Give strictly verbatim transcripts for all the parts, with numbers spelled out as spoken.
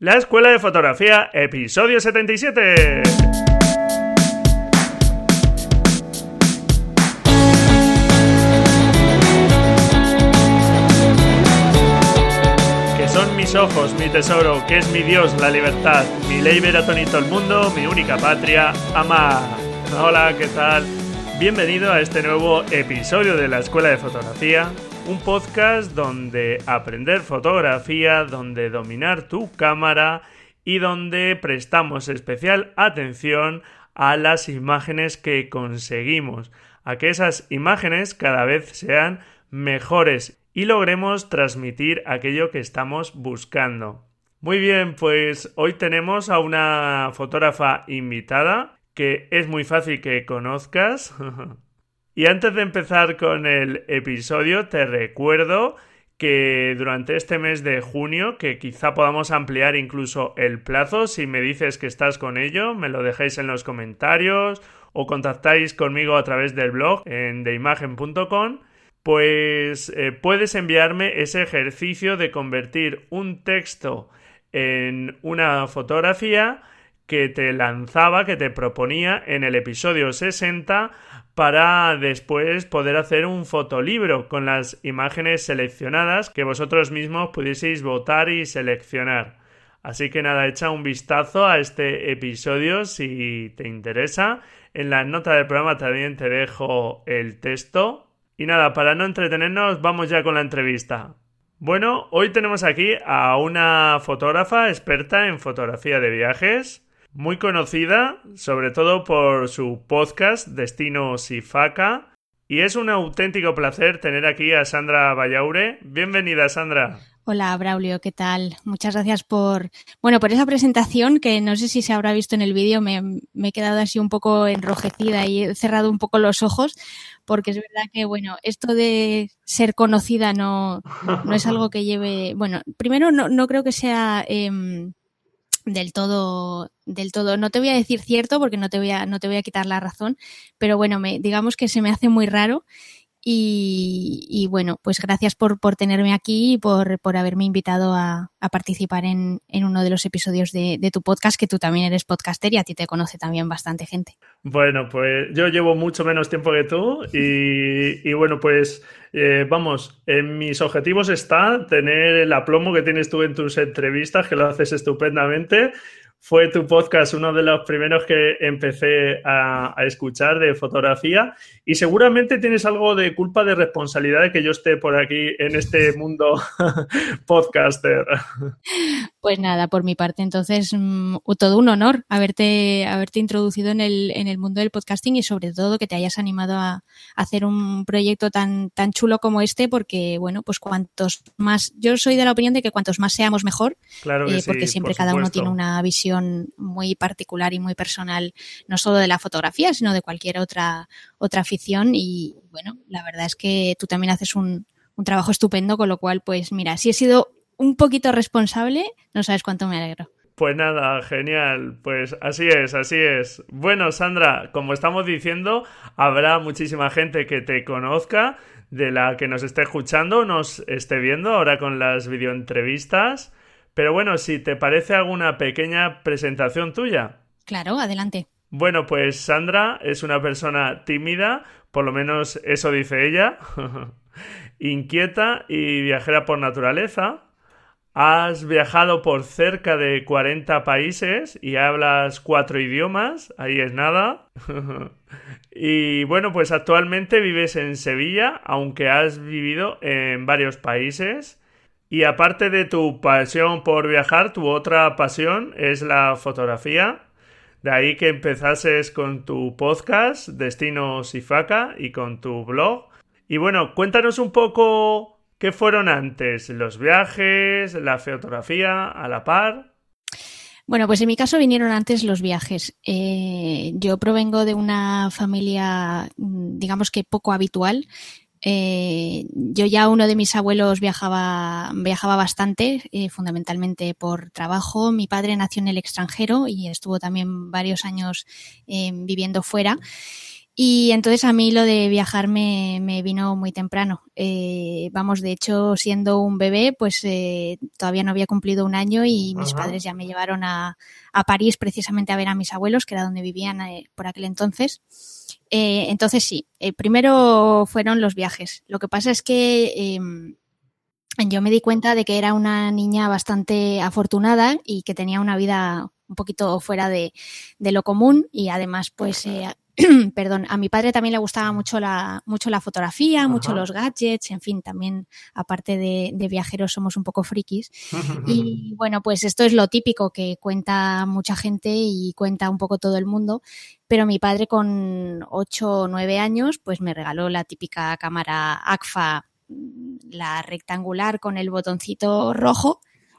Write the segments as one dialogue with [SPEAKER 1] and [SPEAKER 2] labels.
[SPEAKER 1] La Escuela de Fotografía, episodio setenta y siete. Que son mis ojos, mi tesoro, que es mi Dios, la libertad, mi ley veratonito el mundo, mi única patria, amar. Hola, ¿qué tal? Bienvenido a este nuevo episodio de la Escuela de Fotografía, un podcast donde aprender fotografía, donde dominar tu cámara y donde prestamos especial atención a las imágenes que conseguimos, a que esas imágenes cada vez sean mejores y logremos transmitir aquello que estamos buscando. Muy bien, pues hoy tenemos a una fotógrafa invitada que es muy fácil que conozcas. Y antes de empezar con el episodio, te recuerdo que durante este mes de junio, que quizá podamos ampliar incluso el plazo, si me dices que estás con ello, me lo dejáis en los comentarios o contactáis conmigo a través del blog en deimagen punto com, pues eh, puedes enviarme ese ejercicio de convertir un texto en una fotografía que te lanzaba, que te proponía en el episodio sesenta para después poder hacer un fotolibro con las imágenes seleccionadas que vosotros mismos pudieseis votar y seleccionar. Así que nada, echa un vistazo a este episodio si te interesa. En la nota del programa también te dejo el texto. Y nada, para no entretenernos, vamos ya con la entrevista. Bueno, hoy tenemos aquí a una fotógrafa experta en fotografía de viajes, muy conocida, sobre todo por su podcast Destino Sifaca, y es un auténtico placer tener aquí a Sandra Ballaure. Bienvenida, Sandra.
[SPEAKER 2] Hola, Braulio, ¿qué tal? Muchas gracias por, bueno, por esa presentación que no sé si se habrá visto en el vídeo, me, me he quedado así un poco enrojecida y he cerrado un poco los ojos, porque es verdad que, bueno, esto de ser conocida no, no es algo que lleve, bueno, primero no, no creo que sea eh, del todo, del todo, no te voy a decir cierto porque no te voy a, no te voy a quitar la razón, pero bueno, me, digamos que se me hace muy raro. Y, y bueno, pues gracias por, por tenerme aquí y por, por haberme invitado a, a participar en, en uno de los episodios de, de tu podcast, que tú también eres podcaster y a ti te conoce también bastante gente.
[SPEAKER 1] Bueno, pues yo llevo mucho menos tiempo que tú y, y bueno, pues eh, vamos, en mis objetivos está tener el aplomo que tienes tú en tus entrevistas, que lo haces estupendamente. Fue tu podcast uno de los primeros que empecé a, a escuchar de fotografía y seguramente tienes algo de culpa de responsabilidad de que yo esté por aquí en este mundo podcaster.
[SPEAKER 2] Pues nada, por mi parte, entonces, mmm, todo un honor haberte, haberte introducido en el, en el mundo del podcasting y sobre todo que te hayas animado a, a hacer un proyecto tan, tan chulo como este, porque, bueno, pues cuantos más, yo soy de la opinión de que cuantos más seamos mejor,
[SPEAKER 1] claro que
[SPEAKER 2] eh,
[SPEAKER 1] sí,
[SPEAKER 2] porque siempre
[SPEAKER 1] por
[SPEAKER 2] cada
[SPEAKER 1] supuesto.
[SPEAKER 2] uno tiene una visión muy particular y muy personal, no solo de la fotografía, sino de cualquier otra, otra afición y, bueno, la verdad es que tú también haces un, un trabajo estupendo, con lo cual, pues mira, si he sido un poquito responsable, no sabes cuánto me alegro.
[SPEAKER 1] Pues nada, genial, pues así es, así es. Bueno, Sandra, como estamos diciendo, habrá muchísima gente que te conozca, de la que nos esté escuchando, nos esté viendo ahora con las videoentrevistas, pero bueno, si te parece alguna pequeña presentación tuya.
[SPEAKER 2] Claro, adelante.
[SPEAKER 1] Bueno, pues Sandra es una persona tímida, por lo menos eso dice ella, inquieta y viajera por naturaleza. Has viajado por cerca de cuarenta países y hablas cuatro idiomas, ahí es nada. Y bueno, pues actualmente vives en Sevilla, aunque has vivido en varios países. Y aparte de tu pasión por viajar, tu otra pasión es la fotografía. De ahí que empezases con tu podcast, Destino Sifaca, y con tu blog. Y bueno, cuéntanos un poco qué fueron antes, los viajes, la fotografía, a la par.
[SPEAKER 2] Bueno, pues en mi caso vinieron antes los viajes. Eh, yo provengo de una familia, digamos que poco habitual. Eh, yo ya uno de mis abuelos viajaba, viajaba bastante, eh, fundamentalmente por trabajo. Mi padre nació en el extranjero y estuvo también varios años eh, viviendo fuera. Y entonces a mí lo de viajar me, me vino muy temprano. Eh, vamos, de hecho, siendo un bebé, pues eh, todavía no había cumplido un año y mis
[SPEAKER 1] Ajá.
[SPEAKER 2] padres ya me llevaron a, a París precisamente a ver a mis abuelos, que era donde vivían eh, por aquel entonces. Eh, entonces sí, eh, primero fueron los viajes. Lo que pasa es que eh, yo me di cuenta de que era una niña bastante afortunada y que tenía una vida un poquito fuera de, de lo común y además pues... Eh, perdón, a mi padre también le gustaba mucho la, mucho la fotografía,
[SPEAKER 1] Ajá.
[SPEAKER 2] mucho los gadgets, en fin, también aparte de, de viajeros somos un poco frikis. Y bueno, pues esto es lo típico que cuenta mucha gente y cuenta un poco todo el mundo, pero mi padre con ocho o nueve años pues me regaló la típica cámara Agfa, la rectangular con el botoncito rojo.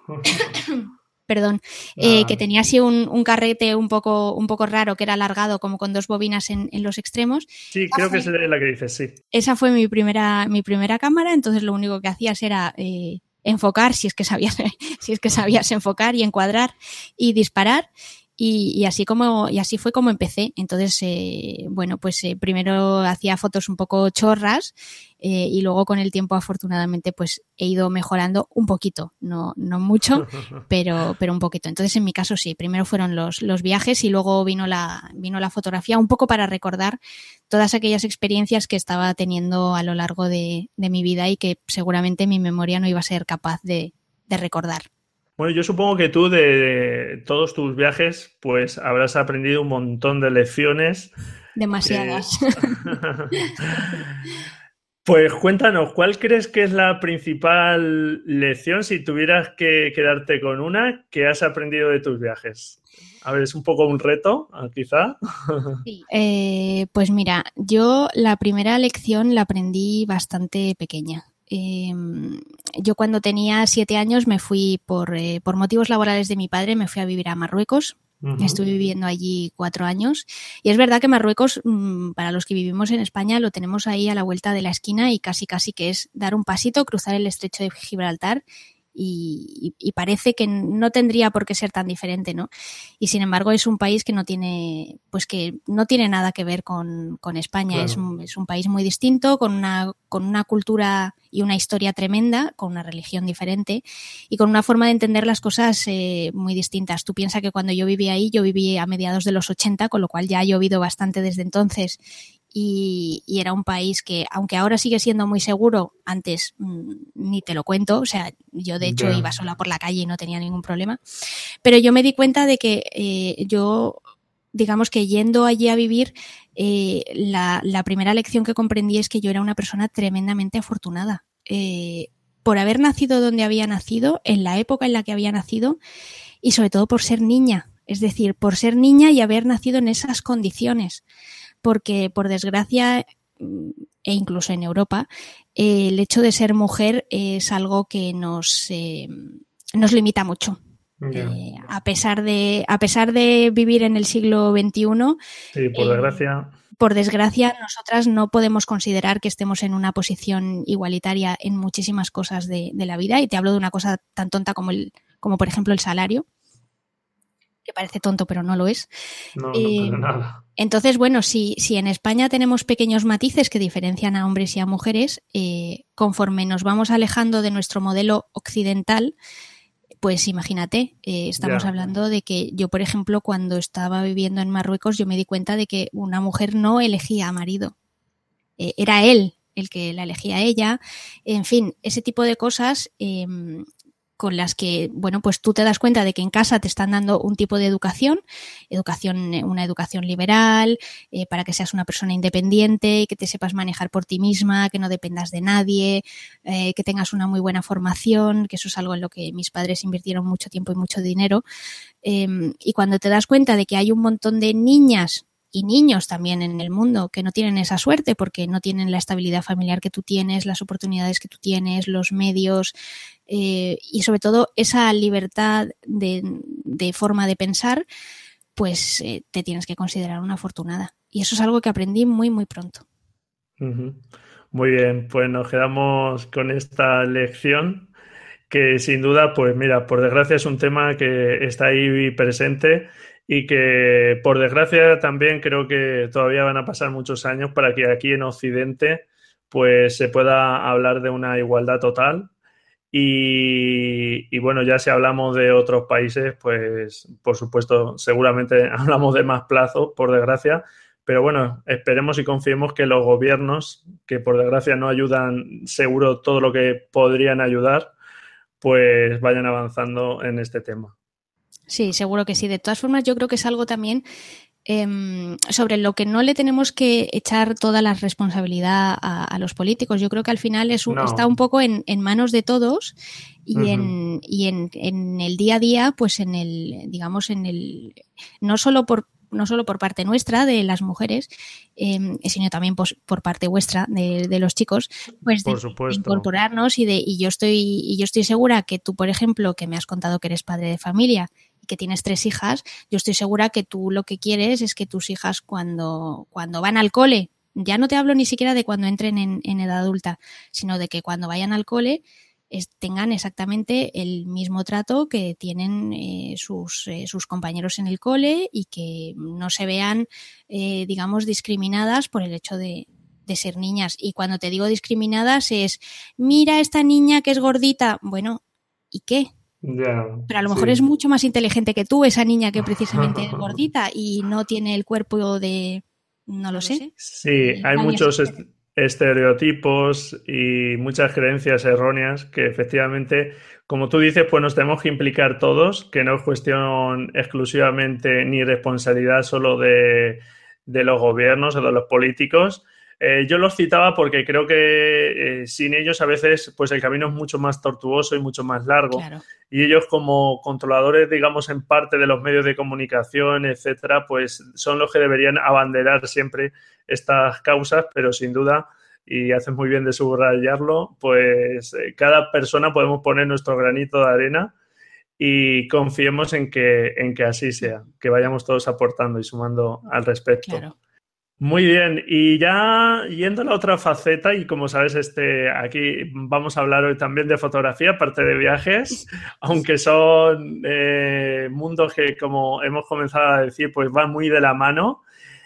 [SPEAKER 2] Perdón, eh, que tenía así un, un carrete un poco, un poco raro, que era alargado, como con dos bobinas en, en los extremos.
[SPEAKER 1] Sí, creo que es la que dices, sí.
[SPEAKER 2] Esa fue mi primera, mi primera cámara, entonces lo único que hacías era eh, enfocar, si es que sabías, si es que sabías enfocar y encuadrar y disparar. Y, y así como y así fue como empecé. Entonces, eh, bueno, pues eh, primero hacía fotos un poco chorras eh, y luego con el tiempo, afortunadamente, pues he ido mejorando un poquito, no, no mucho, pero, pero un poquito. Entonces, en mi caso, sí, primero fueron los, los viajes y luego vino la, vino la fotografía, un poco para recordar todas aquellas experiencias que estaba teniendo a lo largo de, de mi vida y que seguramente mi memoria no iba a ser capaz de, de recordar.
[SPEAKER 1] Bueno, yo supongo que tú de todos tus viajes pues habrás aprendido un montón de lecciones.
[SPEAKER 2] Demasiadas.
[SPEAKER 1] Eh... Pues cuéntanos, ¿cuál crees que es la principal lección, si tuvieras que quedarte con una, que has aprendido de tus viajes? A ver, es un poco un reto, quizá.
[SPEAKER 2] Sí. Eh, pues mira, yo la primera lección la aprendí bastante pequeña. Eh, yo cuando tenía siete años me fui por, eh, por motivos laborales de mi padre, me fui a vivir a Marruecos. Uh-huh. Estuve viviendo allí cuatro años y es verdad que Marruecos, para los que vivimos en España, lo tenemos ahí a la vuelta de la esquina y casi casi que es dar un pasito, cruzar el estrecho de Gibraltar y, y, y parece que no tendría por qué ser tan diferente, ¿no? Y sin embargo es un país que no tiene, pues que no tiene nada que ver con, con España. Claro. Es un, es un país muy distinto, con una, con una cultura y una historia tremenda, con una religión diferente y con una forma de entender las cosas eh, muy distintas. Tú piensas que cuando yo viví ahí, yo viví a mediados de los ochenta, con lo cual ya ha llovido bastante desde entonces. Y, y era un país que, aunque ahora sigue siendo muy seguro, antes mmm, ni te lo cuento, o sea, yo de hecho yeah. iba sola por la calle y no tenía ningún problema, pero yo me di cuenta de que eh, yo, digamos que yendo allí a vivir, eh, la, la primera lección que comprendí es que yo era una persona tremendamente afortunada, eh, por haber nacido donde había nacido, en la época en la que había nacido y sobre todo por ser niña, es decir, por ser niña y haber nacido en esas condiciones. Porque, por desgracia, e incluso en Europa, eh, el hecho de ser mujer es algo que nos, eh, nos limita mucho. Yeah. Eh, a pesar de, a pesar de vivir en el siglo veintiuno,
[SPEAKER 1] sí, por desgracia.
[SPEAKER 2] Eh, por desgracia, nosotras no podemos considerar que estemos en una posición igualitaria en muchísimas cosas de, de la vida. Y te hablo de una cosa tan tonta como, el, como por ejemplo, el salario, que parece tonto, pero no lo es.
[SPEAKER 1] No, no eh, para nada.
[SPEAKER 2] Entonces, bueno, si, si en España tenemos pequeños matices que diferencian a hombres y a mujeres, eh, conforme nos vamos alejando de nuestro modelo occidental, pues imagínate, eh, estamos yeah. hablando de que yo, por ejemplo, cuando estaba viviendo en Marruecos, yo me di cuenta de que una mujer no elegía a marido. Eh, era él el que la elegía a ella. En fin, ese tipo de cosas... Eh, con las que, bueno, pues tú te das cuenta de que en casa te están dando un tipo de educación, educación, una educación liberal, eh, para que seas una persona independiente, que te sepas manejar por ti misma, que no dependas de nadie, eh, que tengas una muy buena formación, que eso es algo en lo que mis padres invirtieron mucho tiempo y mucho dinero. Eh, y cuando te das cuenta de que hay un montón de niñas y niños también en el mundo que no tienen esa suerte porque no tienen la estabilidad familiar que tú tienes, las oportunidades que tú tienes, los medios eh, y sobre todo esa libertad de, de forma de pensar, pues eh, te tienes que considerar una afortunada. Y eso es algo que aprendí muy, muy pronto.
[SPEAKER 1] Uh-huh. Muy bien, pues nos quedamos con esta lección que sin duda, pues mira, por desgracia es un tema que está ahí presente y que por desgracia también creo que todavía van a pasar muchos años para que aquí en Occidente pues se pueda hablar de una igualdad total. Y, y bueno, ya si hablamos de otros países, pues por supuesto seguramente hablamos de más plazo, por desgracia. Pero bueno, esperemos y confiemos que los gobiernos, que por desgracia no ayudan seguro todo lo que podrían ayudar, pues vayan avanzando en este tema.
[SPEAKER 2] Sí, seguro que sí. De todas formas, yo creo que es algo también eh, sobre lo que no le tenemos que echar toda la responsabilidad a, a los políticos. Yo creo que al final es un, no. está un poco en, en manos de todos y, uh-huh. en, y en, en el día a día, pues en el, digamos, en el, no solo por no solo por parte nuestra, de las mujeres, eh, sino también por, por parte vuestra, de, de los chicos, pues de, de incorporarnos y de y yo estoy y yo estoy segura que tú, por ejemplo, que me has contado que eres padre de familia y que tienes tres hijas, yo estoy segura que tú lo que quieres es que tus hijas cuando, cuando van al cole, ya no te hablo ni siquiera de cuando entren en, en edad adulta, sino de que cuando vayan al cole Es, tengan exactamente el mismo trato que tienen eh, sus, eh, sus compañeros en el cole y que no se vean, eh, digamos, discriminadas por el hecho de, de ser niñas. Y cuando te digo discriminadas es, mira esta niña que es gordita. Bueno, ¿y qué?
[SPEAKER 1] Yeah,
[SPEAKER 2] Pero a lo mejor
[SPEAKER 1] sí.
[SPEAKER 2] es mucho más inteligente que tú, esa niña que precisamente es gordita y no tiene el cuerpo de... no lo sé.
[SPEAKER 1] Sí, hay muchos... Est- estereotipos y muchas creencias erróneas que efectivamente, como tú dices, pues nos tenemos que implicar todos, que no es cuestión exclusivamente ni responsabilidad solo de, de los gobiernos o de los políticos. Eh, yo los citaba porque creo que eh, sin ellos a veces pues el camino es mucho más tortuoso y mucho más largo.
[SPEAKER 2] Claro.
[SPEAKER 1] Y ellos como controladores, digamos, en parte de los medios de comunicación, etcétera, pues son los que deberían abanderar siempre estas causas, pero sin duda, y haces muy bien de subrayarlo, pues eh, cada persona podemos poner nuestro granito de arena y confiemos en que, en que así sea, que vayamos todos aportando y sumando al respecto.
[SPEAKER 2] Claro.
[SPEAKER 1] Muy bien, y ya yendo a la otra faceta, y como sabes, este aquí vamos a hablar hoy también de fotografía, aparte de viajes, aunque son eh, mundos que, como hemos comenzado a decir, pues van muy de la mano.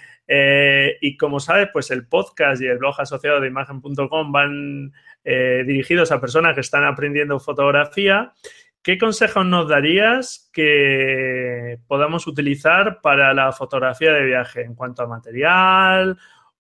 [SPEAKER 1] Eh, y como sabes, pues el podcast y el blog asociado de imagen punto com van eh, dirigidos a personas que están aprendiendo fotografía. ¿Qué consejos nos darías que podamos utilizar para la fotografía de viaje en cuanto a material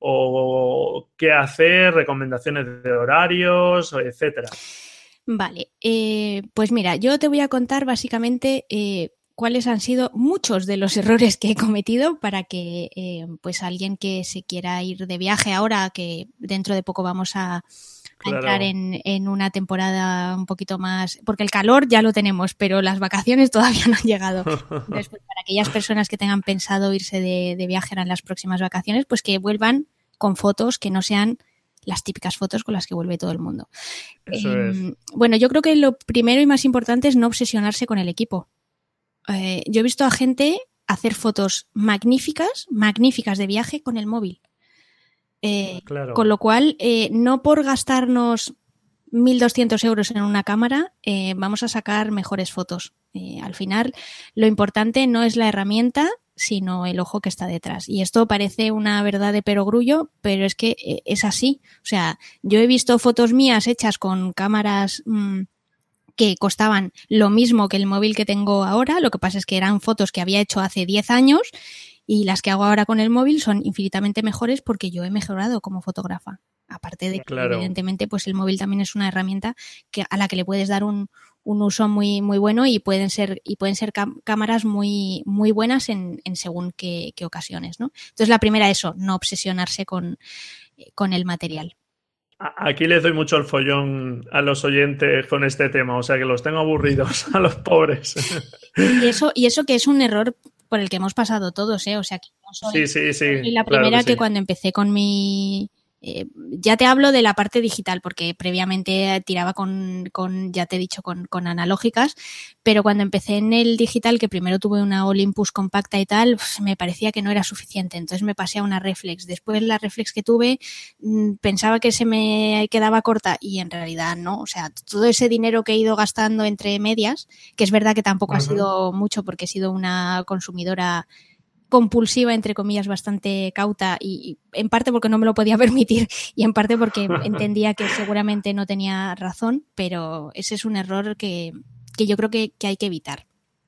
[SPEAKER 1] o qué hacer, recomendaciones de horarios, etcétera?
[SPEAKER 2] Vale, eh, pues mira, yo te voy a contar básicamente eh, cuáles han sido muchos de los errores que he cometido para que eh, pues alguien que se quiera ir de viaje ahora, que dentro de poco vamos a... a entrar
[SPEAKER 1] Claro.
[SPEAKER 2] en, en una temporada un poquito más... Porque el calor ya lo tenemos, pero las vacaciones todavía no han llegado. Entonces, pues, para aquellas personas que tengan pensado irse de, de viaje en las próximas vacaciones, pues que vuelvan con fotos que no sean las típicas fotos con las que vuelve todo el mundo.
[SPEAKER 1] Eso
[SPEAKER 2] Eh,
[SPEAKER 1] es.
[SPEAKER 2] bueno, yo creo que lo primero y más importante es no obsesionarse con el equipo. Eh, yo he visto a gente hacer fotos magníficas, magníficas de viaje con el móvil. Eh,
[SPEAKER 1] Claro.
[SPEAKER 2] Con lo cual, eh, no por gastarnos mil doscientos euros en una cámara eh, vamos a sacar mejores fotos. Eh, al final, lo importante no es la herramienta, sino el ojo que está detrás. Y esto parece una verdad de perogrullo, pero es que eh, es así. O sea, yo he visto fotos mías hechas con cámaras mmm, que costaban lo mismo que el móvil que tengo ahora. Lo que pasa es que eran fotos que había hecho hace diez años y las que hago ahora con el móvil son infinitamente mejores porque yo he mejorado como fotógrafa. Aparte de que,
[SPEAKER 1] Claro.
[SPEAKER 2] evidentemente, pues el móvil también es una herramienta que, a la que le puedes dar un, un uso muy, muy bueno y pueden ser, y pueden ser cam- cámaras muy, muy buenas en, en según qué, qué ocasiones, ¿no? Entonces, la primera, eso, no obsesionarse con, con el material.
[SPEAKER 1] Aquí les doy mucho el follón a los oyentes con este tema, o sea que los tengo aburridos a los pobres.
[SPEAKER 2] Y eso, y eso que es un error por el que hemos pasado todos, ¿eh? O sea, que no soy,
[SPEAKER 1] Sí, sí, sí.
[SPEAKER 2] no soy la
[SPEAKER 1] claro
[SPEAKER 2] primera
[SPEAKER 1] que
[SPEAKER 2] que,
[SPEAKER 1] sí.
[SPEAKER 2] cuando empecé con mi Eh, ya te hablo de la parte digital, porque previamente tiraba con, con ya te he dicho, con, con analógicas, pero cuando empecé en el digital, que primero tuve una Olympus compacta y tal, pues, me parecía que no era suficiente, entonces me pasé a una reflex. Después la reflex que tuve mmm, pensaba que se me quedaba corta y en realidad no, o sea, todo ese dinero que he ido gastando entre medias, que es verdad que tampoco uh-huh. ha sido mucho porque he sido una consumidora compulsiva, entre comillas, bastante cauta y, y en parte porque no me lo podía permitir y en parte porque entendía que seguramente no tenía razón, pero ese es un error que, que yo creo que, que hay que evitar.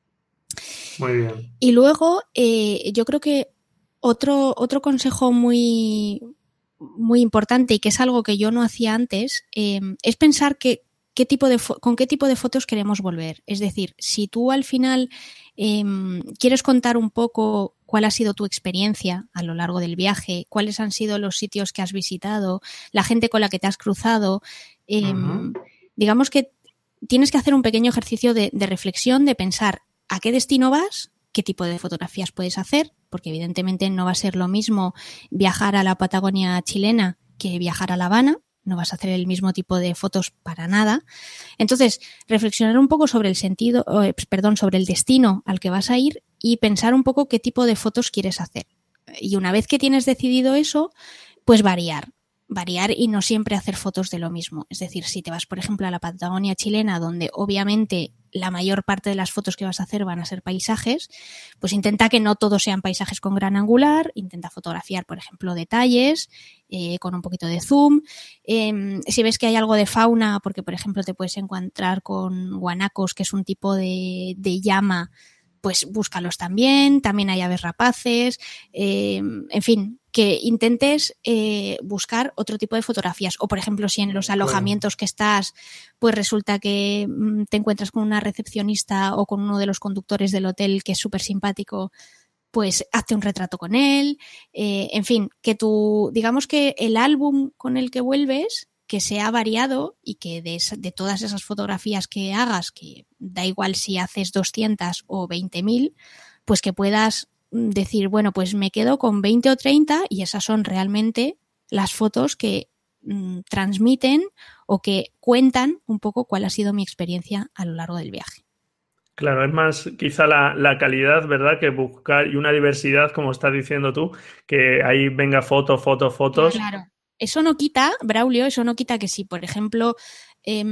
[SPEAKER 1] Muy bien.
[SPEAKER 2] Y luego eh, yo creo que otro, otro consejo muy, muy importante y que es algo que yo no hacía antes eh, es pensar que qué tipo de fo- con qué tipo de fotos queremos volver. Es decir, si tú al final eh, quieres contar un poco cuál ha sido tu experiencia a lo largo del viaje, cuáles han sido los sitios que has visitado, la gente con la que te has cruzado, eh, uh-huh. digamos que tienes que hacer un pequeño ejercicio de, de reflexión, de pensar a qué destino vas, qué tipo de fotografías puedes hacer, porque evidentemente no va a ser lo mismo viajar a la Patagonia chilena que viajar a La Habana. No vas a hacer el mismo tipo de fotos para nada. Entonces, reflexionar un poco sobre el sentido, eh, perdón, sobre el destino al que vas a ir y pensar un poco qué tipo de fotos quieres hacer. Y una vez que tienes decidido eso, pues variar. Variar y no siempre hacer fotos de lo mismo. Es decir, si te vas, por ejemplo, a la Patagonia chilena, donde obviamente la mayor parte de las fotos que vas a hacer van a ser paisajes, pues intenta que no todos sean paisajes con gran angular, intenta fotografiar, por ejemplo, detalles eh, con un poquito de zoom. Eh, si ves que hay algo de fauna, porque, por ejemplo, te puedes encontrar con guanacos, que es un tipo de, de llama, pues búscalos también. También hay aves rapaces, eh, en fin, que intentes eh, buscar otro tipo de fotografías. O, por ejemplo, si en los alojamientos que estás, pues resulta que mm, te encuentras con una recepcionista o con uno de los conductores del hotel que es súper simpático, pues hazte un retrato con él. Eh, en fin, que tú, digamos que el álbum con el que vuelves, que sea variado y que de, de todas esas fotografías que hagas, que da igual si haces doscientas o veinte mil, pues que puedas decir, bueno, pues me quedo con veinte o treinta y esas son realmente las fotos que mmm, transmiten o que cuentan un poco cuál ha sido mi experiencia a lo largo del viaje.
[SPEAKER 1] Claro, es más quizá la, la calidad, ¿verdad? Que buscar y una diversidad, como estás diciendo tú, que ahí venga fotos, fotos, fotos.
[SPEAKER 2] Claro, eso no quita, Braulio, eso no quita que si, por ejemplo, eh,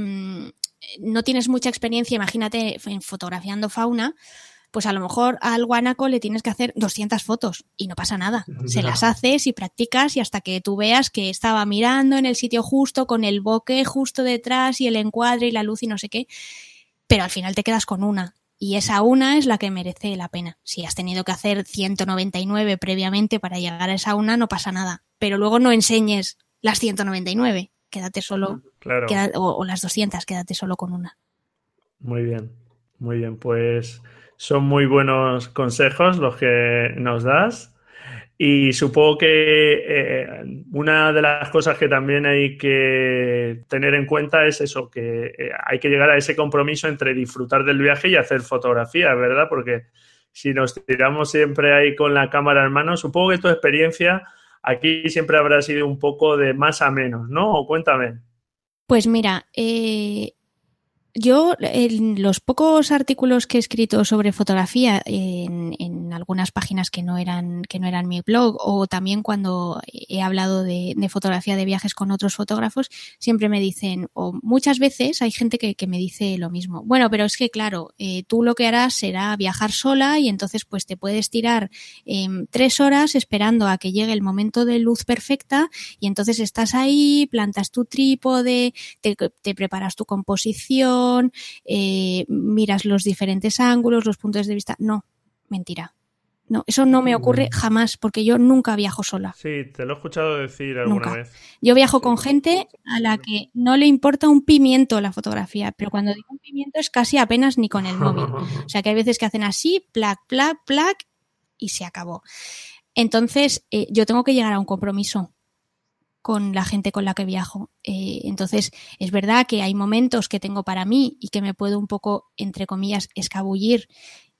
[SPEAKER 2] no tienes mucha experiencia, imagínate en fotografiando fauna, pues a lo mejor al guanaco le tienes que hacer doscientas fotos y no pasa nada. Se las haces y practicas y hasta que tú veas que estaba mirando en el sitio justo, con el bokeh justo detrás y el encuadre y la luz y no sé qué, pero al final te quedas con una. Y esa una es la que merece la pena. Si has tenido que hacer ciento noventa y nueve previamente para llegar a esa una, no pasa nada. Pero luego no enseñes las ciento noventa y nueve. Quédate solo,
[SPEAKER 1] claro.
[SPEAKER 2] queda, o, o las doscientas, quédate solo con una.
[SPEAKER 1] Muy bien, muy bien. Pues son muy buenos consejos los que nos das. Y supongo que eh, una de las cosas que también hay que tener en cuenta es eso, que eh, hay que llegar a ese compromiso entre disfrutar del viaje y hacer fotografías, ¿verdad? Porque si nos tiramos siempre ahí con la cámara en mano, supongo que tu experiencia aquí siempre habrá sido un poco de más a menos, ¿no? O cuéntame.
[SPEAKER 2] Pues mira, eh... Yo, en los pocos artículos que he escrito sobre fotografía en, en algunas páginas que no eran que no eran mi blog, o también cuando he hablado de, de fotografía de viajes con otros fotógrafos, siempre me dicen, o muchas veces hay gente que, que me dice lo mismo. Bueno, pero es que claro, eh, tú lo que harás será viajar sola y entonces pues te puedes tirar eh, tres horas esperando a que llegue el momento de luz perfecta y entonces estás ahí, plantas tu trípode, te, te preparas tu composición, Eh, miras los diferentes ángulos, los puntos de vista. No, mentira. No, eso no me ocurre jamás porque yo nunca viajo sola.
[SPEAKER 1] Sí, te lo he escuchado decir alguna
[SPEAKER 2] nunca.
[SPEAKER 1] vez.
[SPEAKER 2] Yo viajo con gente a la que no le importa un pimiento la fotografía, pero cuando digo un pimiento es casi apenas ni con el móvil. O sea que hay veces que hacen así, plac, plac, plac y se acabó. Entonces eh, yo tengo que llegar a un compromiso con la gente con la que viajo. Eh, entonces, es verdad que hay momentos que tengo para mí y que me puedo un poco, entre comillas, escabullir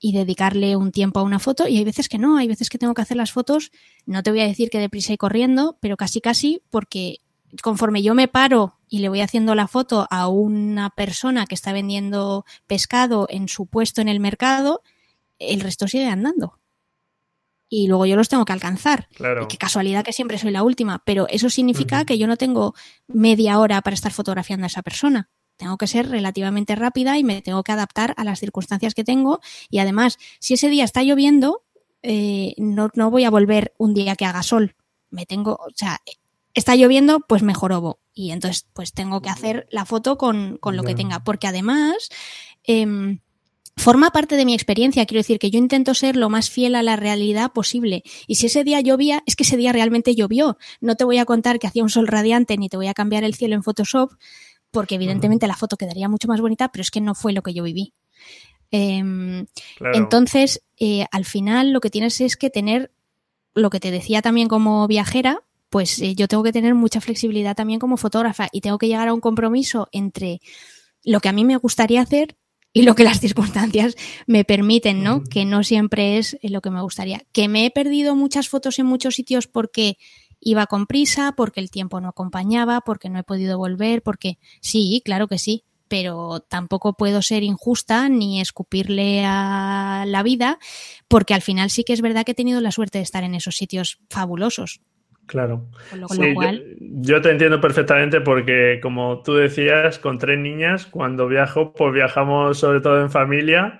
[SPEAKER 2] y dedicarle un tiempo a una foto, y hay veces que no, hay veces que tengo que hacer las fotos, no te voy a decir que deprisa y corriendo, pero casi casi porque conforme yo me paro y le voy haciendo la foto a una persona que está vendiendo pescado en su puesto en el mercado, el resto sigue andando. Y luego yo los tengo que alcanzar.
[SPEAKER 1] Claro.
[SPEAKER 2] Y qué casualidad que siempre soy la última, pero eso significa uh-huh. que yo no tengo media hora para estar fotografiando a esa persona. Tengo que ser relativamente rápida y me tengo que adaptar a las circunstancias que tengo. Y además, si ese día está lloviendo, eh, no, no voy a volver un día que haga sol. Me tengo, o sea, está lloviendo, pues me jorobo. Y entonces, pues tengo que hacer la foto con, con lo yeah. que tenga. Porque además, eh, forma parte de mi experiencia. Quiero decir que yo intento ser lo más fiel a la realidad posible. Y si ese día llovía, es que ese día realmente llovió. No te voy a contar que hacía un sol radiante ni te voy a cambiar el cielo en Photoshop, porque evidentemente uh-huh. la foto quedaría mucho más bonita, pero es que no fue lo que yo viví. Eh, claro. Entonces, eh, al final lo que tienes es que tener, lo que te decía también como viajera, pues eh, yo tengo que tener mucha flexibilidad también como fotógrafa y tengo que llegar a un compromiso entre lo que a mí me gustaría hacer y lo que las circunstancias me permiten, ¿no? Uh-huh. Que no siempre es lo que me gustaría. Que me he perdido muchas fotos en muchos sitios porque iba con prisa, porque el tiempo no acompañaba, porque no he podido volver, porque sí, claro que sí, pero tampoco puedo ser injusta ni escupirle a la vida, porque al final sí que es verdad que he tenido la suerte de estar en esos sitios fabulosos.
[SPEAKER 1] Claro.
[SPEAKER 2] Con lo, con
[SPEAKER 1] sí,
[SPEAKER 2] lo cual...
[SPEAKER 1] yo, yo te entiendo perfectamente porque, como tú decías, con tres niñas, cuando viajo, pues viajamos sobre todo en familia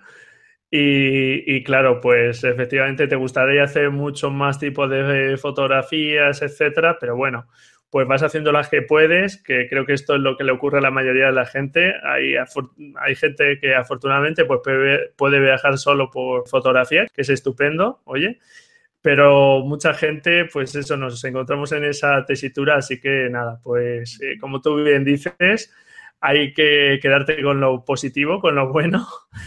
[SPEAKER 1] y, y claro, pues efectivamente te gustaría hacer muchos más tipos de fotografías, etcétera, pero bueno, pues vas haciendo las que puedes, que creo que esto es lo que le ocurre a la mayoría de la gente. Hay, hay gente que afortunadamente pues puede, puede viajar solo por fotografía, que es estupendo, oye. Pero mucha gente, pues eso, nos encontramos en esa tesitura, así que nada, pues eh, como tú bien dices, hay que quedarte con lo positivo, con lo bueno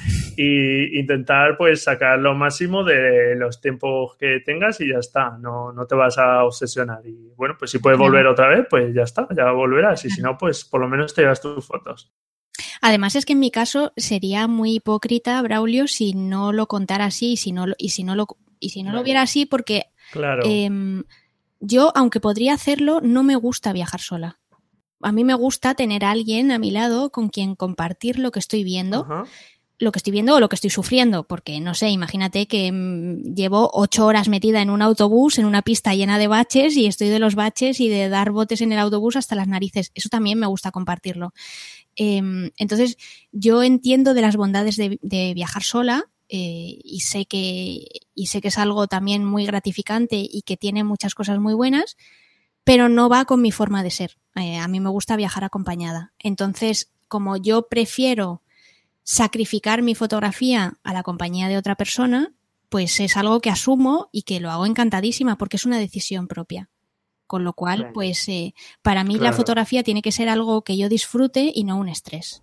[SPEAKER 1] e intentar pues sacar lo máximo de los tiempos que tengas y ya está, no, no te vas a obsesionar. Y bueno, pues si puedes volver otra vez, pues ya está, ya volverás y si no, pues por lo menos te llevas tus fotos.
[SPEAKER 2] Además es que en mi caso sería muy hipócrita, Braulio, si no lo contara así y si no, y si no lo... Y si no lo viera así, porque
[SPEAKER 1] claro.
[SPEAKER 2] eh, yo, aunque podría hacerlo, no me gusta viajar sola. A mí me gusta tener a alguien a mi lado con quien compartir lo que estoy viendo, uh-huh. lo que estoy viendo o lo que estoy sufriendo, porque no sé, imagínate que mmm, llevo ocho horas metida en un autobús, en una pista llena de baches y estoy de los baches y de dar botes en el autobús hasta las narices. Eso también me gusta compartirlo. Eh, entonces, yo entiendo de las bondades de, de viajar sola. Eh, y sé que y sé que es algo también muy gratificante y que tiene muchas cosas muy buenas, pero no va con mi forma de ser. Eh, a mí me gusta viajar acompañada. Entonces, como yo prefiero sacrificar mi fotografía a la compañía de otra persona, pues es algo que asumo y que lo hago encantadísima porque es una decisión propia. Con lo cual, pues eh, para mí claro. La fotografía tiene que ser algo que yo disfrute y no un estrés.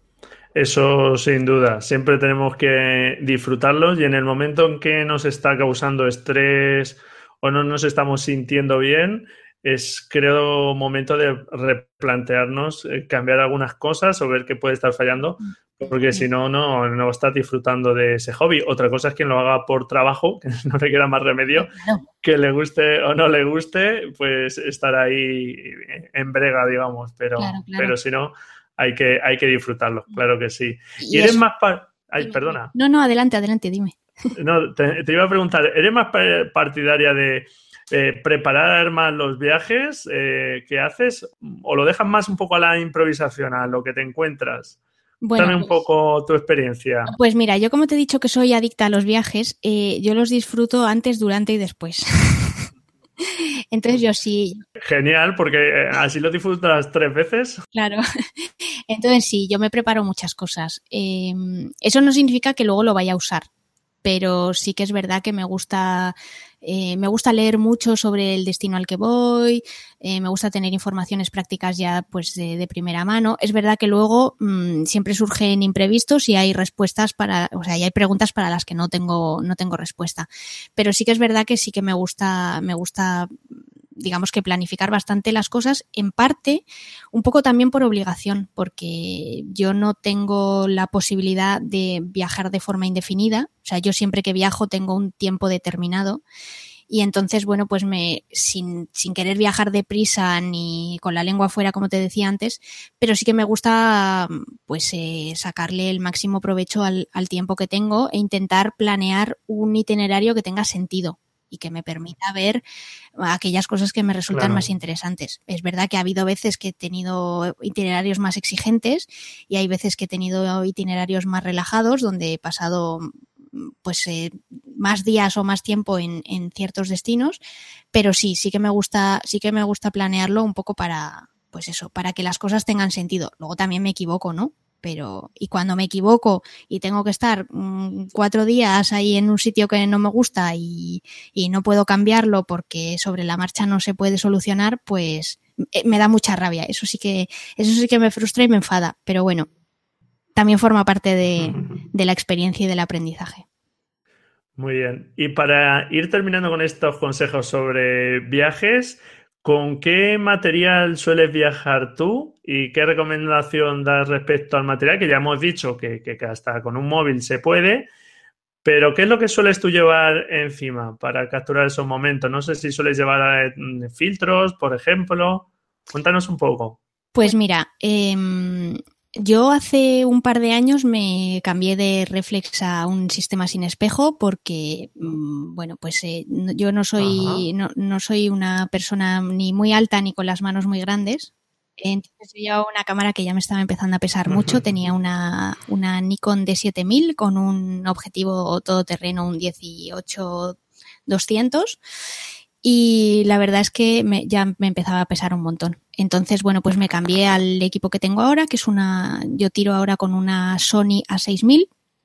[SPEAKER 1] Eso sin duda, siempre tenemos que disfrutarlos y en el momento en que nos está causando estrés o no nos estamos sintiendo bien, es creo momento de replantearnos, eh, cambiar algunas cosas o ver qué puede estar fallando, porque si no, no, no estás disfrutando de ese hobby. Otra cosa es quien lo haga por trabajo, que no le queda más remedio, que le guste o no le guste, pues estar ahí en brega, digamos, pero, claro, claro. pero si no... Hay que, hay que disfrutarlo, claro que sí. ¿Y, ¿Y eres eso? más... Pa- Ay, dime, perdona.
[SPEAKER 2] No, no, adelante, adelante, dime.
[SPEAKER 1] No, te, te iba a preguntar, ¿eres más partidaria de eh, preparar más los viajes eh, que haces o lo dejas más un poco a la improvisación, a lo que te encuentras? Bueno, Dame un pues, poco tu experiencia.
[SPEAKER 2] Pues mira, yo como te he dicho que soy adicta a los viajes, eh, yo los disfruto antes, durante y después. Entonces yo sí.
[SPEAKER 1] Genial, porque así lo disfrutas tres veces.
[SPEAKER 2] Claro. Entonces sí, yo me preparo muchas cosas. Eh, eso no significa que luego lo vaya a usar, pero sí que es verdad que me gusta, eh, me gusta leer mucho sobre el destino al que voy, eh, me gusta tener informaciones prácticas ya pues de, de primera mano. Es verdad que luego mmm, siempre surgen imprevistos y hay respuestas para, o sea, y hay preguntas para las que no tengo, no tengo respuesta. Pero sí que es verdad que sí que me gusta, me gusta digamos que planificar bastante las cosas, en parte un poco también por obligación, porque yo no tengo la posibilidad de viajar de forma indefinida. O sea, yo siempre que viajo tengo un tiempo determinado. Y entonces, bueno, pues me sin, sin querer viajar deprisa ni con la lengua afuera, como te decía antes, pero sí que me gusta pues eh, sacarle el máximo provecho al, al tiempo que tengo e intentar planear un itinerario que tenga sentido y que me permita ver aquellas cosas que me resultan
[SPEAKER 1] Claro.
[SPEAKER 2] más interesantes. Es verdad que ha habido veces que he tenido itinerarios más exigentes y hay veces que he tenido itinerarios más relajados donde he pasado pues eh, más días o más tiempo en, en ciertos destinos, pero sí, sí que me gusta, sí que me gusta planearlo un poco para, pues eso, para que las cosas tengan sentido. Luego también me equivoco, ¿no? Pero, y cuando me equivoco y tengo que estar mmm, cuatro días ahí en un sitio que no me gusta y, y no puedo cambiarlo porque sobre la marcha no se puede solucionar, pues me da mucha rabia. Eso sí que, eso sí que me frustra y me enfada, pero bueno, también forma parte de, de la experiencia y del aprendizaje.
[SPEAKER 1] Muy bien. Y para ir terminando con estos consejos sobre viajes, ¿con qué material sueles viajar tú y qué recomendación das respecto al material? Que ya hemos dicho que, que hasta con un móvil se puede, pero ¿qué es lo que sueles tú llevar encima para capturar esos momentos? No sé si sueles llevar eh, filtros, por ejemplo. Cuéntanos un poco.
[SPEAKER 2] Pues mira, eh, yo hace un par de años me cambié de reflex a un sistema sin espejo porque, bueno, pues eh, yo no soy, no, no soy una persona ni muy alta ni con las manos muy grandes. Entonces yo llevaba una cámara que ya me estaba empezando a pesar mucho. Tenía una, una Nikon D siete mil con un objetivo todoterreno, un dieciocho doscientos. Y la verdad es que me, ya me empezaba a pesar un montón. Entonces, bueno, pues me cambié al equipo que tengo ahora, que es una, yo tiro ahora con una Sony A seis mil,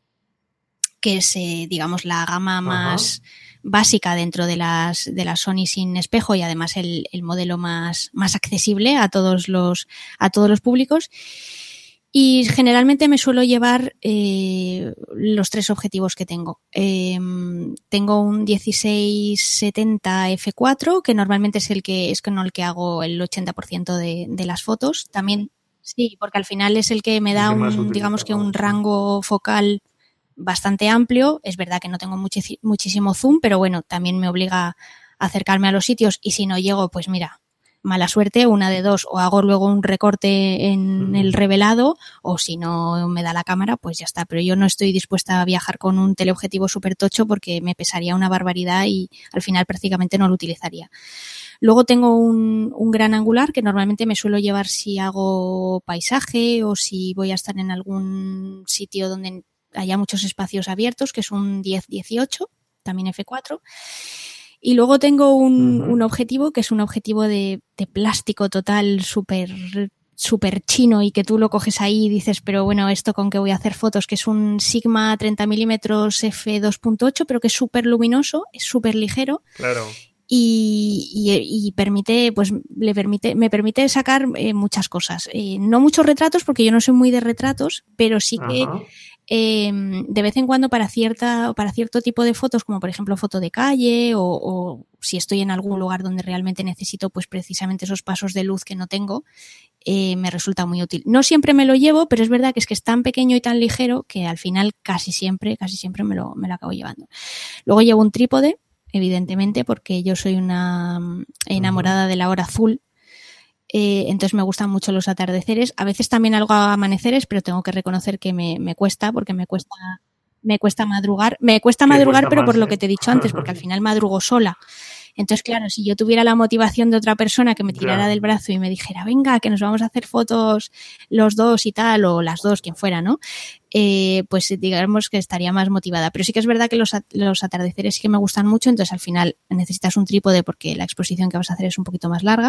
[SPEAKER 2] que es, eh, digamos, la gama más Ajá. básica dentro de las, de las Sony sin espejo y además el, el modelo más, más accesible a todos los, a todos los públicos. Y generalmente me suelo llevar eh, los tres objetivos que tengo. Eh, tengo un dieciséis setenta efe cuatro, que normalmente es el que es con el que hago el ochenta por ciento de, de las fotos. También, sí, porque al final es el que me da un, digamos que un rango focal bastante amplio. Es verdad que no tengo muchis- muchísimo zoom, pero bueno, también me obliga a acercarme a los sitios y si no llego, pues mira, mala suerte, una de dos, o hago luego un recorte en el revelado o si no me da la cámara, pues ya está. Pero yo no estoy dispuesta a viajar con un teleobjetivo súper tocho porque me pesaría una barbaridad y al final prácticamente no lo utilizaría. Luego tengo un, un gran angular que normalmente me suelo llevar si hago paisaje o si voy a estar en algún sitio donde haya muchos espacios abiertos, que es un diez dieciocho, también efe cuatro. Y luego tengo un, uh-huh. un objetivo que es un objetivo de, de plástico total, súper súper chino y que tú lo coges ahí y dices, pero bueno, ¿esto con qué voy a hacer fotos? Que es un Sigma treinta milímetros efe dos punto ocho, pero que es súper luminoso, es súper ligero.
[SPEAKER 1] Claro.
[SPEAKER 2] Y, y, y permite, pues le permite, me permite sacar eh, muchas cosas. Eh, no muchos retratos, porque yo no soy muy de retratos, pero sí que Ajá. Eh, de vez en cuando para cierta para cierto tipo de fotos, como por ejemplo foto de calle o, o si estoy en algún lugar donde realmente necesito pues precisamente esos pasos de luz que no tengo, eh, me resulta muy útil. No siempre me lo llevo, pero es verdad que es que es tan pequeño y tan ligero que al final casi siempre, casi siempre me lo, me lo acabo llevando. Luego llevo un trípode, evidentemente, porque yo soy una enamorada uh-huh. de la hora azul. Eh, entonces me gustan mucho los atardeceres, a veces también algo amaneceres, pero tengo que reconocer que me, me cuesta, porque me cuesta me cuesta madrugar, me cuesta madrugar, cuesta pero más, por ¿eh? Lo que te he dicho antes, porque al final madrugo sola. Entonces, claro, si yo tuviera la motivación de otra persona que me tirara claro. del brazo y me dijera, venga, que nos vamos a hacer fotos los dos y tal, o las dos, quien fuera, ¿no? Eh, pues digamos que estaría más motivada. Pero sí que es verdad que los, los atardeceres sí que me gustan mucho, entonces al final necesitas un trípode porque la exposición que vas a hacer es un poquito más larga.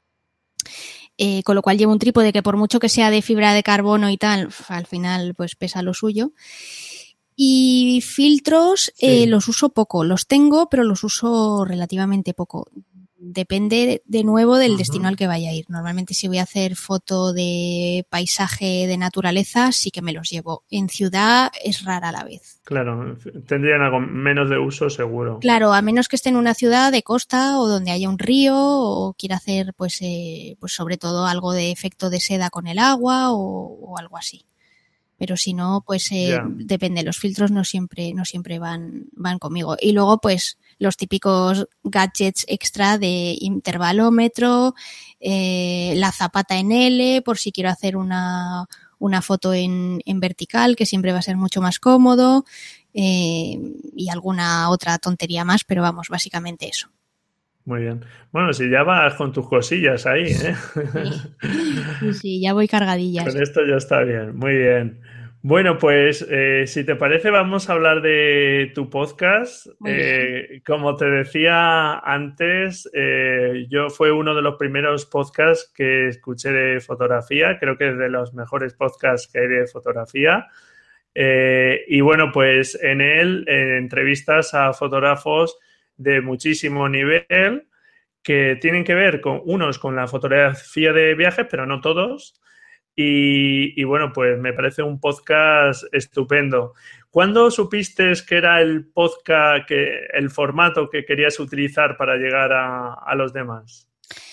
[SPEAKER 2] Eh, con lo cual llevo un trípode que por mucho que sea de fibra de carbono y tal, al final pues pesa lo suyo. Y filtros sí. eh, los uso poco, los tengo pero los uso relativamente poco. depende de nuevo del
[SPEAKER 1] Ujú.
[SPEAKER 2] destino al que vaya a ir. Normalmente si voy a hacer foto de paisaje, de naturaleza, sí que me los llevo. En ciudad es rara la vez.
[SPEAKER 1] Claro, tendrían algo menos de uso seguro.
[SPEAKER 2] Claro, a menos que esté en una ciudad de costa o donde haya un río o quiera hacer, pues, eh, pues sobre todo algo de efecto de seda con el agua o, o algo así. Pero si no, pues eh,
[SPEAKER 1] Ya.
[SPEAKER 2] depende. Los filtros no siempre, no siempre van, van conmigo. Y luego, pues, los típicos gadgets extra de intervalómetro, eh, la zapata en L, por si quiero hacer una, una foto en, en vertical, que siempre va a ser mucho más cómodo, eh, y alguna otra tontería más, pero vamos, básicamente eso.
[SPEAKER 1] Muy bien. Bueno, si ya vas con tus cosillas ahí, ¿eh?
[SPEAKER 2] Sí, sí, ya voy cargadillas.
[SPEAKER 1] Con esto ya está bien, muy bien. Bueno, pues eh, si te parece vamos a hablar de tu podcast.
[SPEAKER 2] Muy bien.
[SPEAKER 1] Eh, como te decía antes, eh, yo fue uno de los primeros podcasts que escuché de fotografía. Creo que es de los mejores podcasts que hay de fotografía. Eh, y bueno, pues en él eh, entrevistas a fotógrafos de muchísimo nivel que tienen que ver con unos con la fotografía de viajes, pero no todos. Y, y bueno, pues me parece un podcast estupendo. ¿Cuándo supiste que era el podcast, que el formato que querías utilizar para llegar a, a los demás?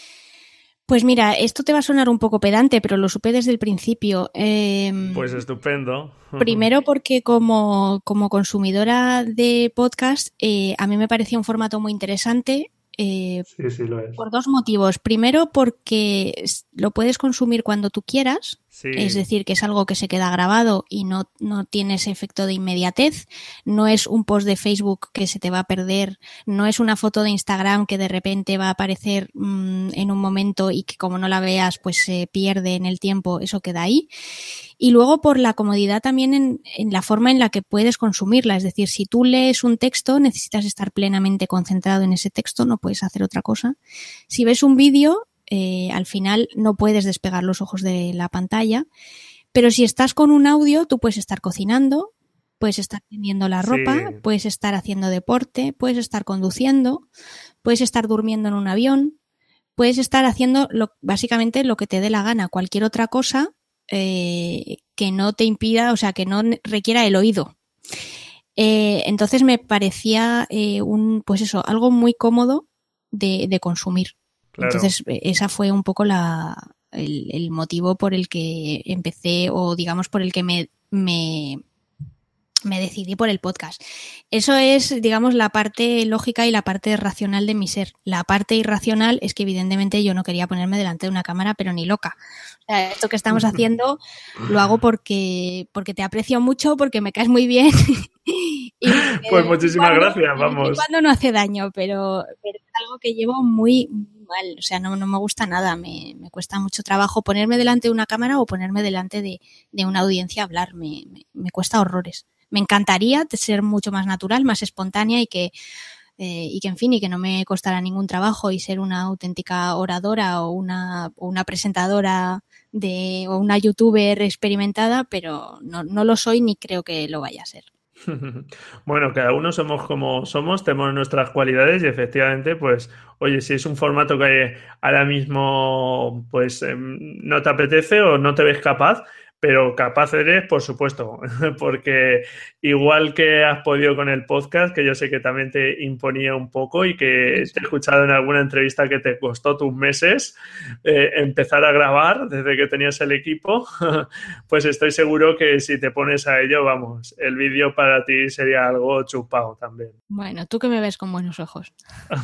[SPEAKER 2] Pues mira, esto te va a sonar un poco pedante, pero lo supe desde el principio. Eh,
[SPEAKER 1] Pues estupendo.
[SPEAKER 2] Primero porque como, como consumidora de podcast, eh, a mí me parecía un formato muy interesante. Eh,
[SPEAKER 1] Sí, sí lo es.
[SPEAKER 2] por dos motivos. Primero, porque lo puedes consumir cuando tú quieras,
[SPEAKER 1] Sí.
[SPEAKER 2] es decir, que es algo que se queda grabado y no, no tiene ese efecto de inmediatez. No es un post de Facebook que se te va a perder, no es una foto de Instagram que de repente va a aparecer mmm, en un momento y que como no la veas pues se pierde en el tiempo, eso queda ahí. Y luego por la comodidad también en, en la forma en la que puedes consumirla. Es decir, si tú lees un texto, necesitas estar plenamente concentrado en ese texto, no puedes hacer otra cosa. Si ves un vídeo, eh, al final no puedes despegar los ojos de la pantalla. Pero si estás con un audio, tú puedes estar cocinando, puedes estar tendiendo la ropa, sí. Puedes estar haciendo deporte, puedes estar conduciendo, puedes estar durmiendo en un avión, puedes estar haciendo lo, básicamente lo que te dé la gana, cualquier otra cosa Eh, que no te impida, o sea, que no requiera el oído. Eh, entonces me parecía eh, un, pues eso, algo muy cómodo de, de consumir. Claro. Entonces esa fue un poco la, el, el motivo por el que empecé, o digamos por el que me, me, me decidí por el podcast. Eso es, digamos, la parte lógica y la parte racional de mi ser. La parte irracional es que evidentemente yo no quería ponerme delante de una cámara, pero ni loca. O sea, esto que estamos haciendo lo hago porque, porque te aprecio mucho, porque me caes muy bien. y
[SPEAKER 1] pues muchísimas
[SPEAKER 2] cuando,
[SPEAKER 1] gracias, vamos.
[SPEAKER 2] Cuando no hace daño, pero, pero es algo que llevo muy, muy mal. O sea, no, no me gusta nada. Me, me cuesta mucho trabajo ponerme delante de una cámara o ponerme delante de, de una audiencia a hablar. Me, me, me cuesta horrores. Me encantaría ser mucho más natural, más espontánea y que, eh, y que, en fin, y que no me costara ningún trabajo y ser una auténtica oradora o una, o una presentadora de, o una youtuber experimentada, pero no, no lo soy ni creo que lo vaya a ser.
[SPEAKER 1] Bueno, cada uno somos como somos, tenemos nuestras cualidades y efectivamente, pues, oye, si es un formato que ahora mismo, pues, eh, no te apetece o no te ves capaz, pero capaz eres, por supuesto, porque igual que has podido con el podcast, que yo sé que también te imponía un poco y que te he escuchado en alguna entrevista que te costó tus meses eh, empezar a grabar desde que tenías el equipo, pues estoy seguro que si te pones a ello, vamos, el vídeo para ti sería algo chupado también.
[SPEAKER 2] Bueno, tú que me ves con buenos ojos.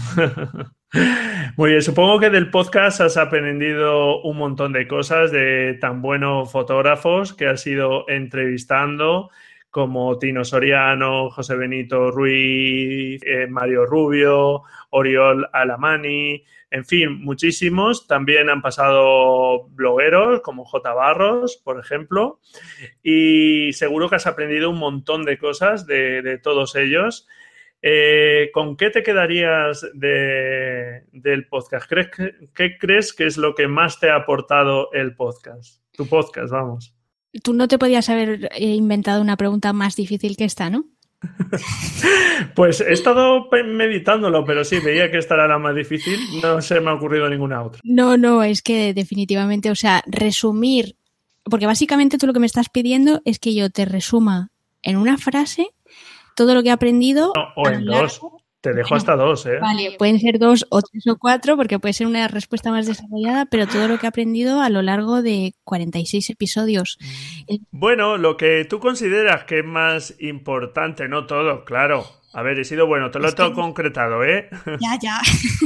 [SPEAKER 1] Muy bien, supongo que del podcast has aprendido un montón de cosas de tan buenos fotógrafos que has ido entrevistando, como Tino Soriano, José Benito Ruiz, eh, Mario Rubio, Oriol Alamani, en fin, muchísimos. También han pasado blogueros como J. Barros, por ejemplo, y seguro que has aprendido un montón de cosas de, de todos ellos. Eh, ¿Con qué te quedarías de, del podcast? ¿Crees que, ¿Qué crees que es lo que más te ha aportado el podcast? Tu podcast, vamos.
[SPEAKER 2] Tú no te podías haber inventado una pregunta más difícil que esta, ¿no?
[SPEAKER 1] Pues he estado meditándolo, pero sí, veía que esta era la más difícil. No se me ha ocurrido ninguna otra.
[SPEAKER 2] No, no, es que definitivamente, o sea, resumir, porque básicamente tú lo que me estás pidiendo es que yo te resuma en una frase todo lo que he aprendido.
[SPEAKER 1] No, o en dos. Te dejo hasta dos, ¿eh?
[SPEAKER 2] Vale, pueden ser dos o tres o cuatro, porque puede ser una respuesta más desarrollada, pero todo lo que he aprendido a lo largo de cuarenta y seis episodios.
[SPEAKER 1] Bueno, lo que tú consideras que es más importante, no todo, claro. A ver, he sido bueno, te lo he todo concretado, ¿eh?
[SPEAKER 2] Ya, ya.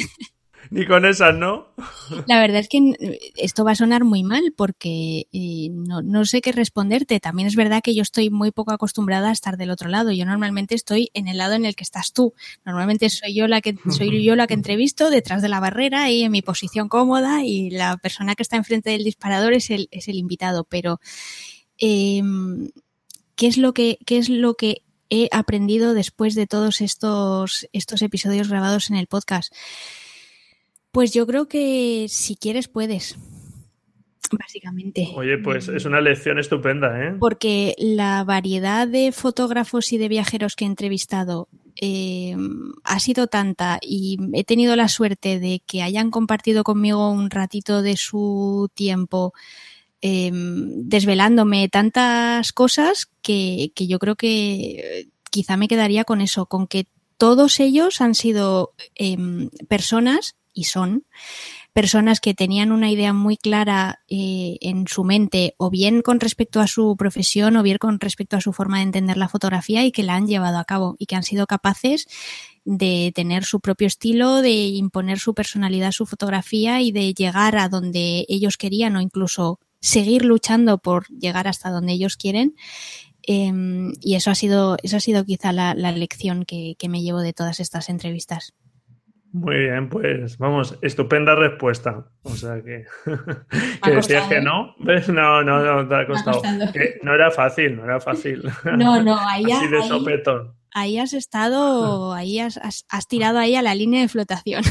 [SPEAKER 1] Ni con esas, ¿no?
[SPEAKER 2] La verdad es que esto va a sonar muy mal porque eh, no, no sé qué responderte. También es verdad que yo estoy muy poco acostumbrada a estar del otro lado. Yo normalmente estoy en el lado en el que estás tú. Normalmente soy yo la que soy yo la que entrevisto detrás de la barrera y en mi posición cómoda, y la persona que está enfrente del disparador es el, es el invitado. Pero eh, ¿qué es lo que, qué es lo que he aprendido después de todos estos, estos episodios grabados en el podcast? Pues yo creo que si quieres puedes, básicamente.
[SPEAKER 1] Oye, pues es una lección estupenda, ¿eh?
[SPEAKER 2] Porque la variedad de fotógrafos y de viajeros que he entrevistado eh, ha sido tanta, y he tenido la suerte de que hayan compartido conmigo un ratito de su tiempo eh, desvelándome tantas cosas que, que yo creo que quizá me quedaría con eso, con que todos ellos han sido eh, personas, y son personas que tenían una idea muy clara eh, en su mente, o bien con respecto a su profesión, o bien con respecto a su forma de entender la fotografía, y que la han llevado a cabo, y que han sido capaces de tener su propio estilo, de imponer su personalidad a su fotografía y de llegar a donde ellos querían, o incluso seguir luchando por llegar hasta donde ellos quieren. Eh, y eso ha sido, eso ha sido quizá la, la lección que, que me llevo de todas estas entrevistas.
[SPEAKER 1] Muy bien, pues vamos, estupenda respuesta. O sea que, que decías que no. ¿Ves? No, no, no, te ha costado. Que no era fácil, no era fácil.
[SPEAKER 2] No, no, ahí,
[SPEAKER 1] así de
[SPEAKER 2] ahí,
[SPEAKER 1] sopetón.
[SPEAKER 2] Ahí has estado, ahí has, has, has tirado ahí a la línea de flotación.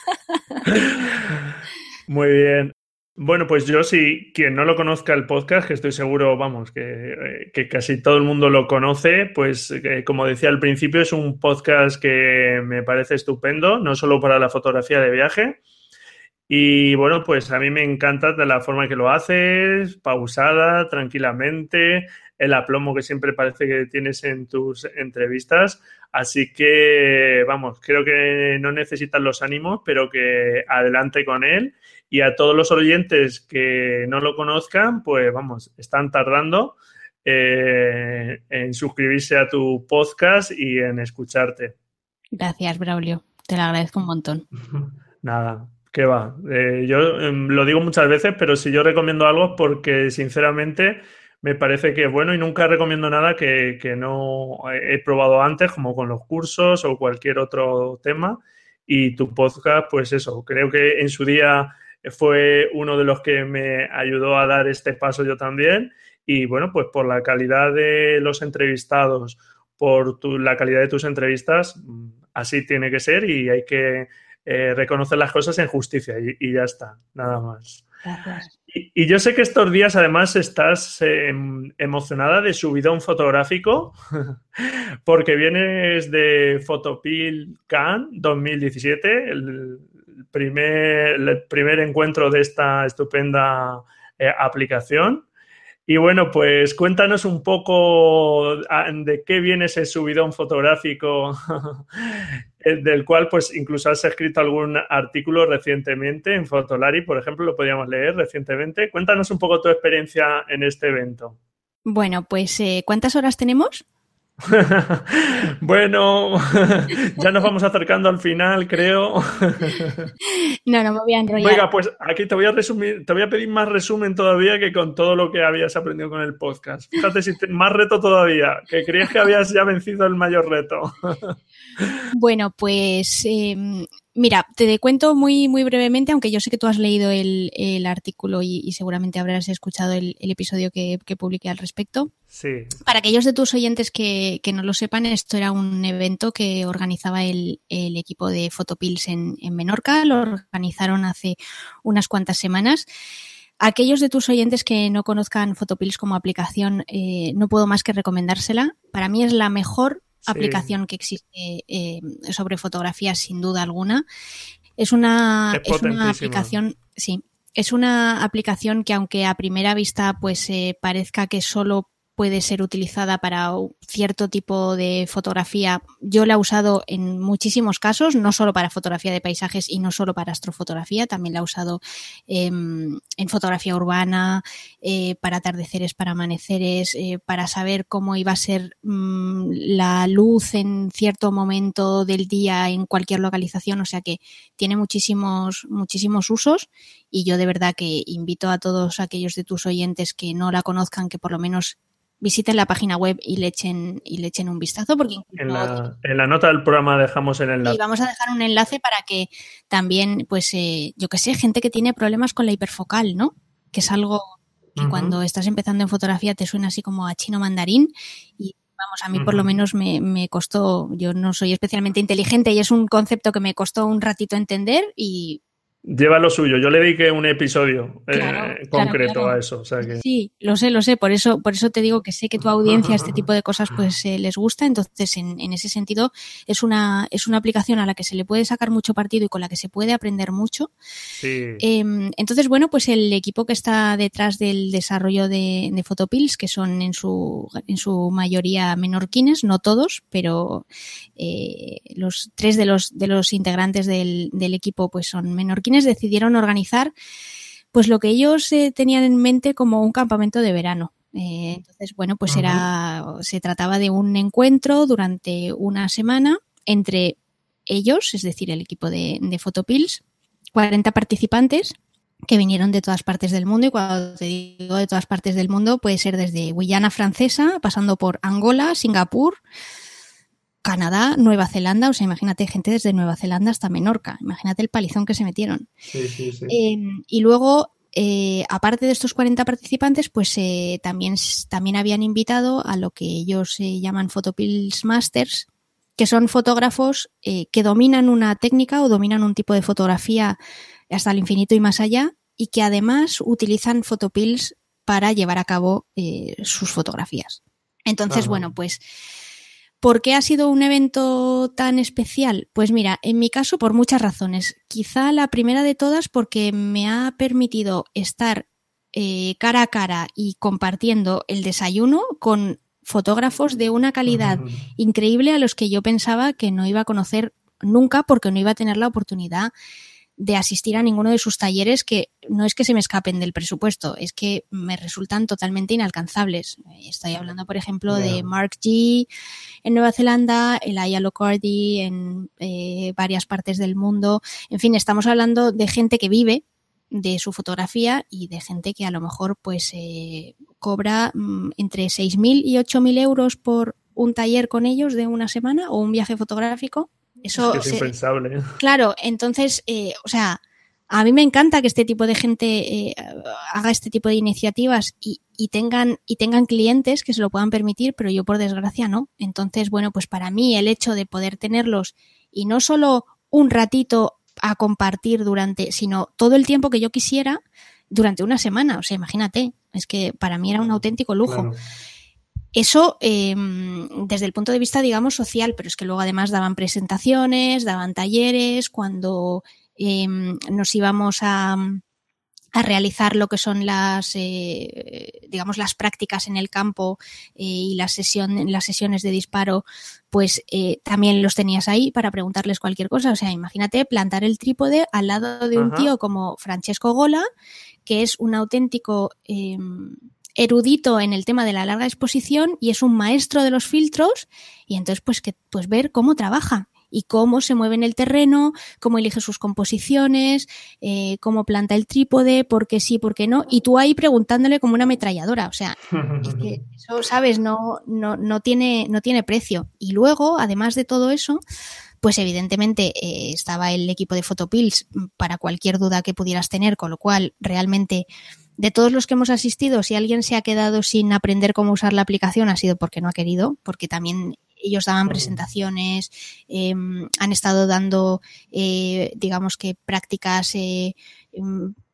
[SPEAKER 1] Muy bien. Bueno, pues yo, si quien no lo conozca el podcast, que estoy seguro, vamos, que, que casi todo el mundo lo conoce, pues eh, como decía al principio, es un podcast que me parece estupendo, no solo para la fotografía de viaje. Y bueno, pues a mí me encanta de la forma que lo haces, pausada, tranquilamente, el aplomo que siempre parece que tienes en tus entrevistas. Así que, vamos, creo que no necesitas los ánimos, pero que adelante con él. Y a todos los oyentes que no lo conozcan, pues vamos, están tardando eh, en suscribirse a tu podcast y en escucharte.
[SPEAKER 2] Gracias, Braulio. Te lo agradezco un montón.
[SPEAKER 1] Nada. ¿Qué va? Eh, yo eh, lo digo muchas veces, pero si yo recomiendo algo es porque, sinceramente, me parece que es bueno, y nunca recomiendo nada que, que no he probado antes, como con los cursos o cualquier otro tema. Y tu podcast, pues eso, creo que en su día fue uno de los que me ayudó a dar este paso yo también. Y bueno, pues por la calidad de los entrevistados, por tu, la calidad de tus entrevistas, así tiene que ser, y hay que Eh, reconocer las cosas en justicia, y, y ya está, nada más.
[SPEAKER 2] Gracias.
[SPEAKER 1] Y, y yo sé que estos días además estás eh, emocionada de subidón fotográfico porque vienes de Photopil Cannes dos mil diecisiete, el primer, el primer encuentro de esta estupenda eh, aplicación. Y bueno, pues cuéntanos un poco de qué viene ese subidón fotográfico del cual pues incluso has escrito algún artículo recientemente en Fotolari, por ejemplo, lo podíamos leer recientemente. Cuéntanos un poco tu experiencia en este evento.
[SPEAKER 2] Bueno, pues eh, ¿cuántas horas tenemos?
[SPEAKER 1] Bueno, ya nos vamos acercando al final, creo.
[SPEAKER 2] No, no me voy a enrollar.
[SPEAKER 1] Venga, pues aquí te voy a resumir, te voy a pedir más resumen todavía que con todo lo que habías aprendido con el podcast. Fíjate, si te, más reto todavía, que creías que habías ya vencido el mayor reto.
[SPEAKER 2] Bueno, pues eh, mira, te cuento muy, muy brevemente, aunque yo sé que tú has leído el, el artículo y, y seguramente habrás escuchado el, el episodio que, que publiqué al respecto.
[SPEAKER 1] Sí.
[SPEAKER 2] Para aquellos de tus oyentes que, que no lo sepan, esto era un evento que organizaba el, el equipo de Photopills en, en Menorca. Lo organizaron hace unas cuantas semanas. Aquellos de tus oyentes que no conozcan Photopills como aplicación, eh, no puedo más que recomendársela. Para mí es la mejor sí. aplicación que existe eh, sobre fotografía, sin duda alguna. Es una, es, es una aplicación, sí, es una aplicación que aunque a primera vista pues eh, parezca que solo puede ser utilizada para cierto tipo de fotografía. Yo la he usado en muchísimos casos, no solo para fotografía de paisajes y no solo para astrofotografía, también la he usado eh, en fotografía urbana, eh, para atardeceres, para amaneceres, eh, para saber cómo iba a ser mmm, la luz en cierto momento del día en cualquier localización, o sea que tiene muchísimos, muchísimos usos y yo de verdad que invito a todos aquellos de tus oyentes que no la conozcan, que por lo menos visiten la página web y le echen y le echen un vistazo porque
[SPEAKER 1] en la, en la nota del programa dejamos el enlace.
[SPEAKER 2] Y vamos a dejar un enlace para que también, pues, eh, yo que sé, gente que tiene problemas con la hiperfocal, ¿no? Que es algo que uh-huh. cuando estás empezando en fotografía te suena así como a chino mandarín y vamos, a mí uh-huh. por lo menos me, me costó, yo no soy especialmente inteligente y es un concepto que me costó un ratito entender y
[SPEAKER 1] lleva lo suyo. Yo le dediqué un episodio claro, eh, concreto claro, claro. a eso. O sea que...
[SPEAKER 2] Sí, lo sé, lo sé. Por eso, por eso te digo que sé que tu audiencia este tipo de cosas pues eh, les gusta. Entonces, en, en ese sentido, es una es una aplicación a la que se le puede sacar mucho partido y con la que se puede aprender mucho.
[SPEAKER 1] Sí.
[SPEAKER 2] Eh, entonces, bueno, pues el equipo que está detrás del desarrollo de, de Photopills, que son en su en su mayoría menorquines, no todos, pero eh, los tres de los de los integrantes del, del equipo pues son menorquines, decidieron organizar pues lo que ellos eh, tenían en mente como un campamento de verano. Eh, entonces, bueno, pues uh-huh. era se trataba de un encuentro durante una semana entre ellos, es decir, el equipo de, de Photopills, cuarenta participantes que vinieron de todas partes del mundo, y cuando te digo de todas partes del mundo puede ser desde Guyana Francesa, pasando por Angola, Singapur, Canadá, Nueva Zelanda, o sea, imagínate gente desde Nueva Zelanda hasta Menorca, imagínate el palizón que se metieron.
[SPEAKER 1] Sí, sí, sí.
[SPEAKER 2] Eh, y luego, eh, aparte de estos cuarenta participantes, pues eh, también, también habían invitado a lo que ellos eh, llaman Photopills Masters, que son fotógrafos eh, que dominan una técnica o dominan un tipo de fotografía hasta el infinito y más allá, y que además utilizan Photopills para llevar a cabo eh, sus fotografías. Entonces, Ajá. bueno, pues ¿por qué ha sido un evento tan especial? Pues mira, en mi caso por muchas razones. Quizá la primera de todas porque me ha permitido estar eh, cara a cara y compartiendo el desayuno con fotógrafos de una calidad uh-huh. increíble a los que yo pensaba que no iba a conocer nunca porque no iba a tener la oportunidad de asistir a ninguno de sus talleres, que no es que se me escapen del presupuesto, es que me resultan totalmente inalcanzables. Estoy hablando, por ejemplo, yeah. de Mark G en Nueva Zelanda, Elijah Locardi en eh, varias partes del mundo. En fin, estamos hablando de gente que vive de su fotografía y de gente que a lo mejor pues eh, cobra mm, entre seis mil y ocho mil euros por un taller con ellos de una semana o un viaje fotográfico. Eso
[SPEAKER 1] es que es impensable.
[SPEAKER 2] Se, claro, entonces, eh, o sea, a mí me encanta que este tipo de gente eh, haga este tipo de iniciativas y, y tengan y tengan clientes que se lo puedan permitir, pero yo por desgracia no. Entonces, bueno, pues para mí el hecho de poder tenerlos y no solo un ratito a compartir durante, sino todo el tiempo que yo quisiera durante una semana, o sea, imagínate, es que para mí era un auténtico lujo. Claro. Eso eh, desde el punto de vista, digamos, social, pero es que luego además daban presentaciones, daban talleres, cuando eh, nos íbamos a, a realizar lo que son las, eh, digamos, las prácticas en el campo eh, y las, sesión, las sesiones de disparo, pues eh, también los tenías ahí para preguntarles cualquier cosa. O sea, imagínate plantar el trípode al lado de un Ajá. tío como Francesco Gola, que es un auténtico Eh, erudito en el tema de la larga exposición y es un maestro de los filtros, y entonces pues que pues ver cómo trabaja y cómo se mueve en el terreno, cómo elige sus composiciones, eh, cómo planta el trípode, por qué sí, por qué no, y tú ahí preguntándole como una ametralladora, o sea, es que eso, sabes, no, no, no tiene, no tiene precio. Y luego, además de todo eso, pues evidentemente eh, estaba el equipo de Photopills para cualquier duda que pudieras tener, con lo cual realmente de todos los que hemos asistido, si alguien se ha quedado sin aprender cómo usar la aplicación ha sido porque no ha querido, porque también ellos daban presentaciones, eh, han estado dando, eh, digamos que prácticas eh,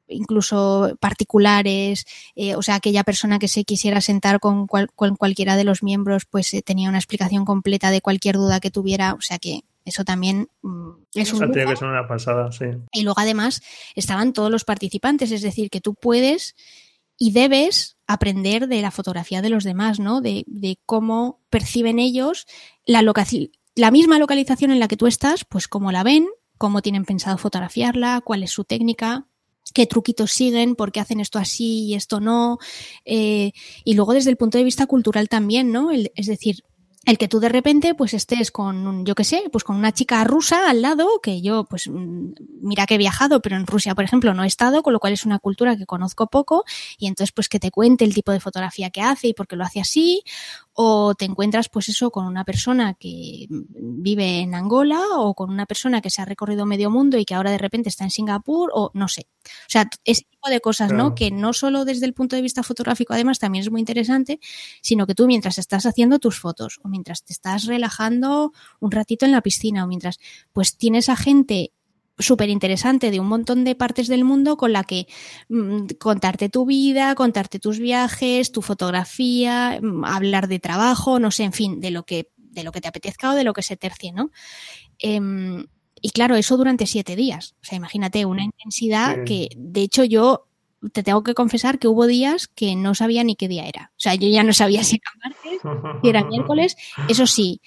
[SPEAKER 2] incluso particulares, eh, o sea, aquella persona que se quisiera sentar con, cual, con cualquiera de los miembros, pues eh, tenía una explicación completa de cualquier duda que tuviera, o sea que eso también mmm, es un
[SPEAKER 1] lujo.
[SPEAKER 2] Tiene
[SPEAKER 1] que ser una pasada, sí.
[SPEAKER 2] Y luego además estaban todos los participantes, es decir, que tú puedes y debes aprender de la fotografía de los demás, ¿no? De, de cómo perciben ellos la, locaci- la misma localización en la que tú estás, pues cómo la ven, cómo tienen pensado fotografiarla, cuál es su técnica, qué truquitos siguen, por qué hacen esto así y esto no. Eh, y luego desde el punto de vista cultural también, ¿no? El, es decir, el que tú de repente pues estés con, yo qué sé, pues con una chica rusa al lado, que yo pues mira que he viajado, pero en Rusia, por ejemplo, no he estado, con lo cual es una cultura que conozco poco, y entonces pues que te cuente el tipo de fotografía que hace y por qué lo hace así, o te encuentras pues eso con una persona que vive en Angola o con una persona que se ha recorrido medio mundo y que ahora de repente está en Singapur, o no sé. O sea, ese tipo de cosas, claro, ¿no? Que no solo desde el punto de vista fotográfico además también es muy interesante, sino que tú mientras estás haciendo tus fotos o mientras te estás relajando un ratito en la piscina o mientras pues tienes a gente súper interesante de un montón de partes del mundo con la que mmm, contarte tu vida, contarte tus viajes, tu fotografía, mmm, hablar de trabajo, no sé, en fin, de lo que, de lo que te apetezca o de lo que se tercie, ¿no? Eh, y claro, eso durante siete días. O sea, imagínate una intensidad sí. que, de hecho, yo te tengo que confesar que hubo días que no sabía ni qué día era. O sea, yo ya no sabía si era martes, si era miércoles. Eso sí,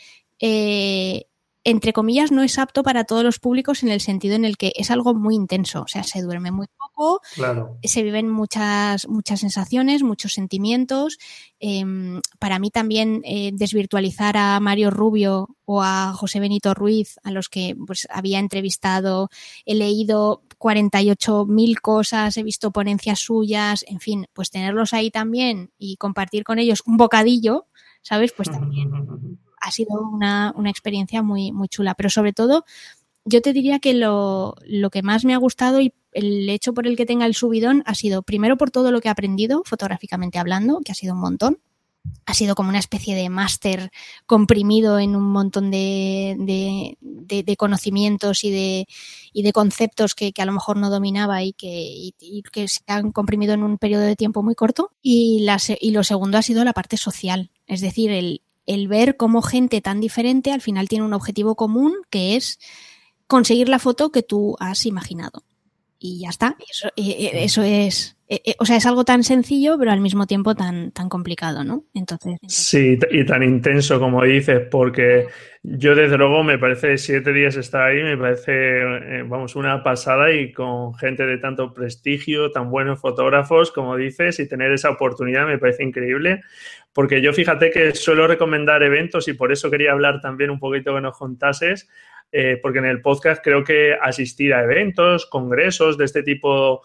[SPEAKER 2] eh, entre comillas, no es apto para todos los públicos en el sentido en el que es algo muy intenso. O sea, se duerme muy poco,
[SPEAKER 1] claro.
[SPEAKER 2] Se viven muchas, muchas sensaciones, muchos sentimientos. Eh, para mí también eh, desvirtualizar a Mario Rubio o a José Benito Ruiz, a los que pues había entrevistado, he leído cuarenta y ocho mil cosas, he visto ponencias suyas, en fin, pues tenerlos ahí también y compartir con ellos un bocadillo, ¿sabes? Pues también ha sido una, una experiencia muy, muy chula. Pero sobre todo, yo te diría que lo, lo que más me ha gustado y el hecho por el que tenga el subidón ha sido, primero, por todo lo que he aprendido, fotográficamente hablando, que ha sido un montón. Ha sido como una especie de máster comprimido en un montón de, de, de, de conocimientos y de, y de conceptos que, que a lo mejor no dominaba y que, y, y que se han comprimido en un periodo de tiempo muy corto. Y, la, y lo segundo ha sido la parte social, es decir, el, el ver cómo gente tan diferente al final tiene un objetivo común, que es conseguir la foto que tú has imaginado. Y ya está. Eso, eso es, o sea, es algo tan sencillo, pero al mismo tiempo tan, tan complicado, ¿no? Entonces, entonces.
[SPEAKER 1] Sí, y tan intenso como dices, porque yo desde luego me parece siete días estar ahí, me parece, eh, vamos, una pasada, y con gente de tanto prestigio, tan buenos fotógrafos, como dices, y tener esa oportunidad me parece increíble. Porque yo fíjate que suelo recomendar eventos y por eso quería hablar también un poquito que nos contases, eh, porque en el podcast creo que asistir a eventos, congresos de este tipo,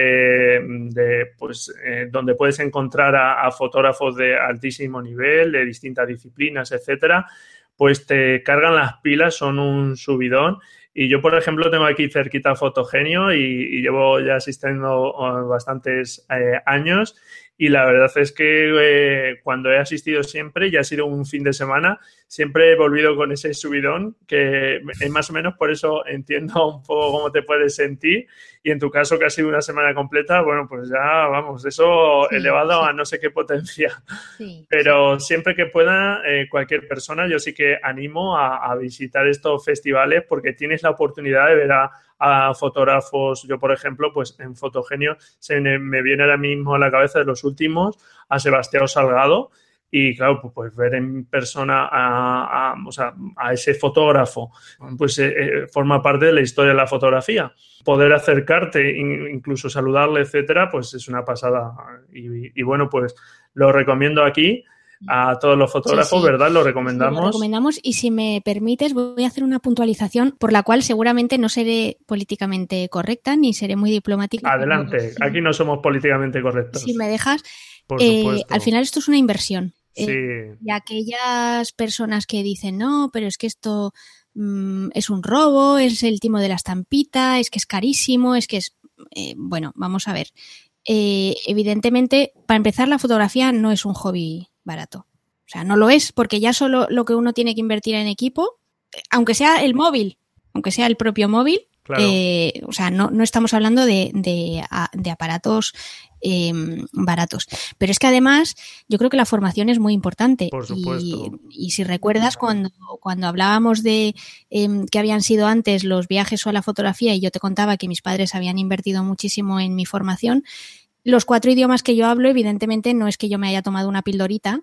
[SPEAKER 1] eh, de, pues, eh, donde puedes encontrar a, a fotógrafos de altísimo nivel, de distintas disciplinas, etcétera, pues te cargan las pilas, son un subidón. Y yo, por ejemplo, tengo aquí cerquita Fotogenio y, y llevo ya asistiendo bastantes eh, años. Y la verdad es que eh, cuando he asistido siempre, ya ha sido un fin de semana, siempre he volvido con ese subidón, que es más o menos por eso entiendo un poco cómo te puedes sentir. Y en tu caso, que ha sido una semana completa, bueno, pues ya, vamos, eso sí, elevado sí. a no sé qué potencia. Sí, Pero sí. siempre que pueda, eh, cualquier persona, yo sí que animo a, a visitar estos festivales, porque tienes la oportunidad de ver a, a fotógrafos. Yo, por ejemplo, pues en Fotogenio se me, me viene ahora mismo a la cabeza de los últimos a Sebastián Salgado. Y claro, pues, pues ver en persona a, a, o sea, a ese fotógrafo, pues eh, eh, forma parte de la historia de la fotografía. Poder acercarte, incluso saludarle, etcétera, pues es una pasada. Y, y bueno, pues lo recomiendo aquí a todos los fotógrafos, sí, sí. ¿verdad? Lo recomendamos.
[SPEAKER 2] Sí, lo recomendamos, y si me permites voy a hacer una puntualización por la cual seguramente no seré políticamente correcta ni seré muy diplomática.
[SPEAKER 1] Adelante, pero... aquí no somos políticamente correctos.
[SPEAKER 2] Si me dejas,
[SPEAKER 1] por
[SPEAKER 2] eh,
[SPEAKER 1] supuesto.
[SPEAKER 2] Al final esto es una inversión.
[SPEAKER 1] Sí.
[SPEAKER 2] Eh, y aquellas personas que dicen, no, pero es que esto mmm, es un robo, es el timo de la estampita, es que es carísimo, es que es... Eh, bueno, vamos a ver. Eh, evidentemente, para empezar, la fotografía no es un hobby barato. O sea, no lo es, porque ya solo lo que uno tiene que invertir en equipo, aunque sea el móvil, aunque sea el propio móvil,
[SPEAKER 1] Claro.
[SPEAKER 2] Eh, o sea, no, no estamos hablando de, de, de aparatos eh, baratos. Pero es que además yo creo que la formación es muy importante.
[SPEAKER 1] Por supuesto.
[SPEAKER 2] Y, y si recuerdas cuando, cuando hablábamos de eh, que habían sido antes los viajes o la fotografía y yo te contaba que mis padres habían invertido muchísimo en mi formación, los cuatro idiomas que yo hablo, evidentemente no es que yo me haya tomado una pildorita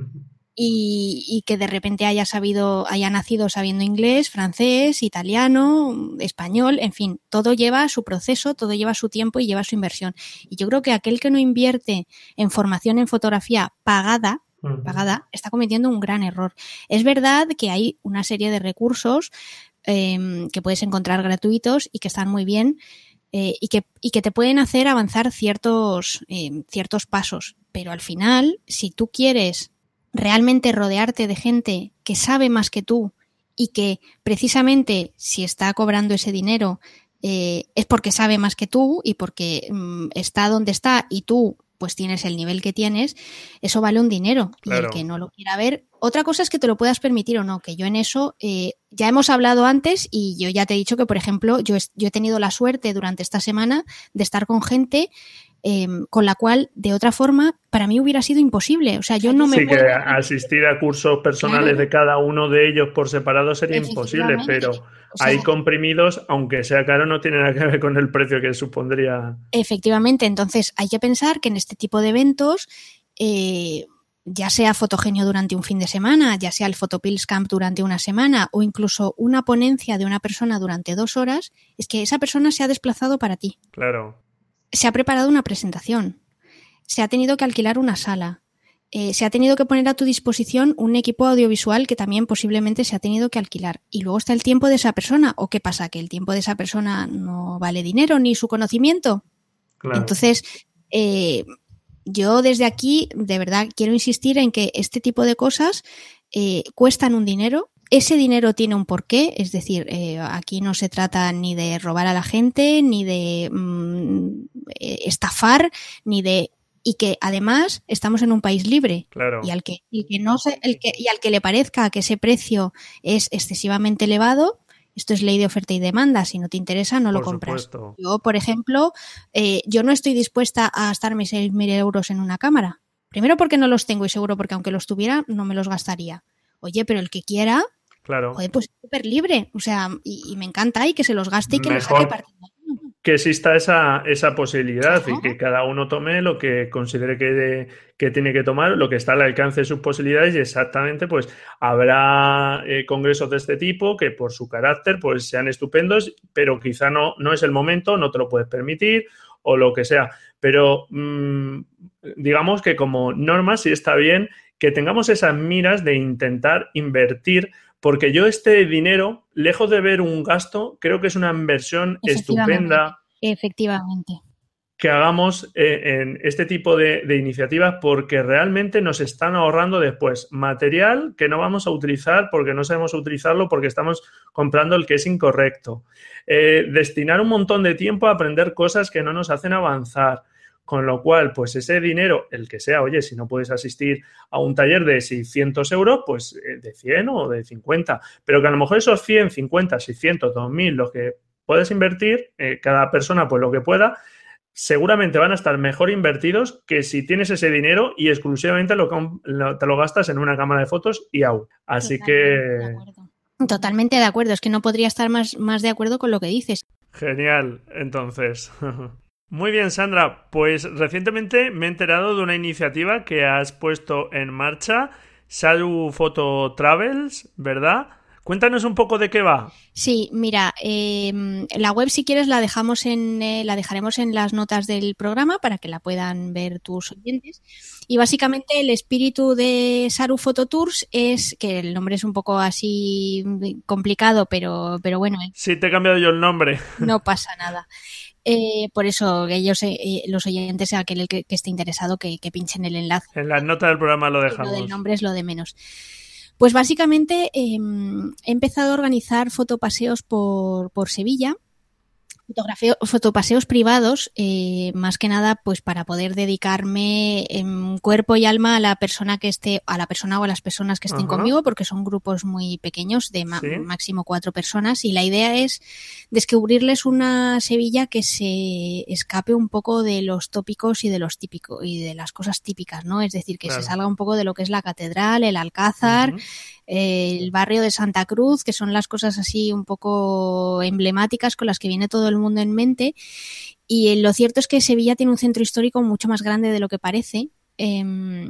[SPEAKER 2] y, y que de repente haya sabido, haya nacido sabiendo inglés, francés, italiano, español, en fin, todo lleva su proceso, todo lleva su tiempo y lleva su inversión. Y yo creo que aquel que no invierte en formación en fotografía pagada, uh-huh. pagada, está cometiendo un gran error. Es verdad que hay una serie de recursos eh, que puedes encontrar gratuitos y que están muy bien, Eh, y, que, y que te pueden hacer avanzar ciertos, eh, ciertos pasos. Pero al final, si tú quieres realmente rodearte de gente que sabe más que tú y que precisamente si está cobrando ese dinero eh, es porque sabe más que tú y porque mm, está donde está y tú pues tienes el nivel que tienes, eso vale un dinero. Claro. Y el que no lo quiera ver, otra cosa es que te lo puedas permitir o no, que yo en eso eh, ya hemos hablado antes y yo ya te he dicho que, por ejemplo, yo he, yo he tenido la suerte durante esta semana de estar con gente eh, con la cual, de otra forma, para mí hubiera sido imposible. O sea, yo no me
[SPEAKER 1] Sí,
[SPEAKER 2] puedo...
[SPEAKER 1] que asistir a cursos personales claro. de cada uno de ellos por separado sería imposible, pero o sea, ahí comprimidos, aunque sea caro, no tiene nada que ver con el precio que supondría.
[SPEAKER 2] Efectivamente, entonces hay que pensar que en este tipo de eventos, eh, ya sea fotogenio durante un fin de semana, ya sea el Photopills Camp durante una semana o incluso una ponencia de una persona durante dos horas, es que esa persona se ha desplazado para ti.
[SPEAKER 1] Claro.
[SPEAKER 2] Se ha preparado una presentación, se ha tenido que alquilar una sala, eh, se ha tenido que poner a tu disposición un equipo audiovisual que también posiblemente se ha tenido que alquilar. Y luego está el tiempo de esa persona. ¿O qué pasa? ¿Que el tiempo de esa persona no vale dinero ni su conocimiento? Claro. Entonces, eh, yo desde aquí, de verdad, quiero insistir en que este tipo de cosas eh, cuestan un dinero. Ese dinero tiene un porqué, es decir, eh, aquí no se trata ni de robar a la gente, ni de mmm, estafar, ni de... Y que además estamos en un país libre.
[SPEAKER 1] Claro.
[SPEAKER 2] Y al que, y que no se, el que, y al que le parezca que ese precio es excesivamente elevado, esto es ley de oferta y demanda. Si no te interesa, no
[SPEAKER 1] por
[SPEAKER 2] lo compras.
[SPEAKER 1] Supuesto.
[SPEAKER 2] Yo, por ejemplo, eh, yo no estoy dispuesta a gastarme seis mil euros en una cámara. Primero porque no los tengo y seguro porque aunque los tuviera, no me los gastaría. Oye, pero el que quiera...
[SPEAKER 1] Claro.
[SPEAKER 2] Joder, pues súper libre, o sea, y, y me encanta y que se los gaste y que
[SPEAKER 1] Mejor
[SPEAKER 2] le saque partido.
[SPEAKER 1] Que exista esa, esa posibilidad
[SPEAKER 2] Claro.
[SPEAKER 1] y que cada uno tome lo que considere que, de, que tiene que tomar, lo que está al alcance de sus posibilidades y exactamente pues habrá eh, congresos de este tipo que por su carácter pues sean estupendos, pero quizá no, no es el momento, no te lo puedes permitir o lo que sea. Pero mmm, digamos que como norma sí está bien que tengamos esas miras de intentar invertir. Porque yo este dinero, lejos de ver un gasto, creo que es una inversión
[SPEAKER 2] Efectivamente,
[SPEAKER 1] estupenda.
[SPEAKER 2] Efectivamente.
[SPEAKER 1] Que hagamos eh, en este tipo de, de iniciativas porque realmente nos están ahorrando después material que no vamos a utilizar porque no sabemos utilizarlo porque estamos comprando el que es incorrecto. Eh, destinar un montón de tiempo a aprender cosas que no nos hacen avanzar. Con lo cual, pues ese dinero, el que sea, oye, si no puedes asistir a un taller de seiscientos euros, pues de cien o de cincuenta. Pero que a lo mejor esos cien, cincuenta, seiscientos, dos mil, los que puedes invertir, eh, cada persona pues lo que pueda, seguramente van a estar mejor invertidos que si tienes ese dinero y exclusivamente lo, lo, te lo gastas en una cámara de fotos y out. Así
[SPEAKER 2] Totalmente
[SPEAKER 1] que...
[SPEAKER 2] de acuerdo. Totalmente de acuerdo. Es que no podría estar más, más de acuerdo con lo que dices.
[SPEAKER 1] Genial, entonces... Muy bien, Sandra. Pues recientemente me he enterado de una iniciativa que has puesto en marcha, Saru Photo Travels, ¿verdad? Cuéntanos un poco de qué va.
[SPEAKER 2] Sí, mira, eh, la web si quieres la dejamos en, eh, la dejaremos en las notas del programa para que la puedan ver tus oyentes. Y básicamente el espíritu de Saru Photo Tours es, que el nombre es un poco así complicado, pero, pero bueno. Eh,
[SPEAKER 1] sí, te he cambiado yo el nombre.
[SPEAKER 2] No pasa nada. Eh, por eso ellos, eh, los oyentes, aquel que, que esté interesado, que, que pinchen el enlace.
[SPEAKER 1] En las notas del programa lo dejamos.
[SPEAKER 2] Lo del nombre es lo de menos. Pues básicamente eh, he empezado a organizar fotopaseos por, por Sevilla Fotografía, fotopaseos privados, eh, más que nada, pues para poder dedicarme en cuerpo y alma a la persona que esté, a la persona o a las personas que estén
[SPEAKER 1] Ajá.
[SPEAKER 2] conmigo, porque son grupos muy pequeños, de ma-
[SPEAKER 1] Sí.
[SPEAKER 2] máximo cuatro personas, y la idea es descubrirles una Sevilla que se escape un poco de los tópicos y de los típicos y de las cosas típicas, ¿no? Es decir, que
[SPEAKER 1] Claro.
[SPEAKER 2] se salga un poco de lo que es la catedral, el Alcázar,
[SPEAKER 1] Ujú.
[SPEAKER 2] el barrio de Santa Cruz, que son las cosas así un poco emblemáticas con las que viene todo el mundo en mente. Y lo cierto es que Sevilla tiene un centro histórico mucho más grande de lo que parece. Eh,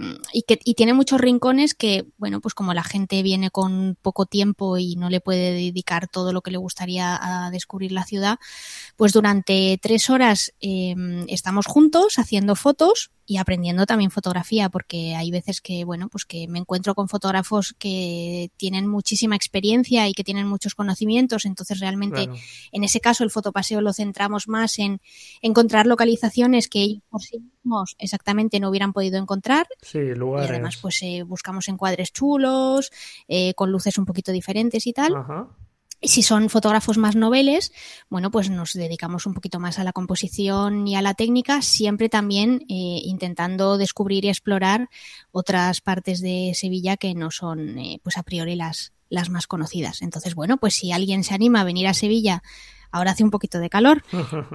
[SPEAKER 2] y que y tiene muchos rincones que, bueno, pues como la gente viene con poco tiempo y no le puede dedicar todo lo que le gustaría a descubrir la ciudad, pues durante tres horas eh, estamos juntos haciendo fotos y aprendiendo también fotografía, porque hay veces que, bueno, pues que me encuentro con fotógrafos que tienen muchísima experiencia y que tienen muchos conocimientos, entonces realmente
[SPEAKER 1] Claro.
[SPEAKER 2] en ese caso el fotopaseo lo centramos más en encontrar localizaciones que ellos por sí mismos exactamente no hubieran podido encontrar.
[SPEAKER 1] Sí,
[SPEAKER 2] Y
[SPEAKER 1] lugares.
[SPEAKER 2] además pues eh, buscamos encuadres chulos, eh, con luces un poquito diferentes y tal.
[SPEAKER 1] Ajá.
[SPEAKER 2] Y si son fotógrafos más noveles, bueno, pues nos dedicamos un poquito más a la composición y a la técnica, siempre también eh, intentando descubrir y explorar otras partes de Sevilla que no son, eh, pues a priori las, las más conocidas. Entonces, bueno, pues si alguien se anima a venir a Sevilla, ahora hace un poquito de calor,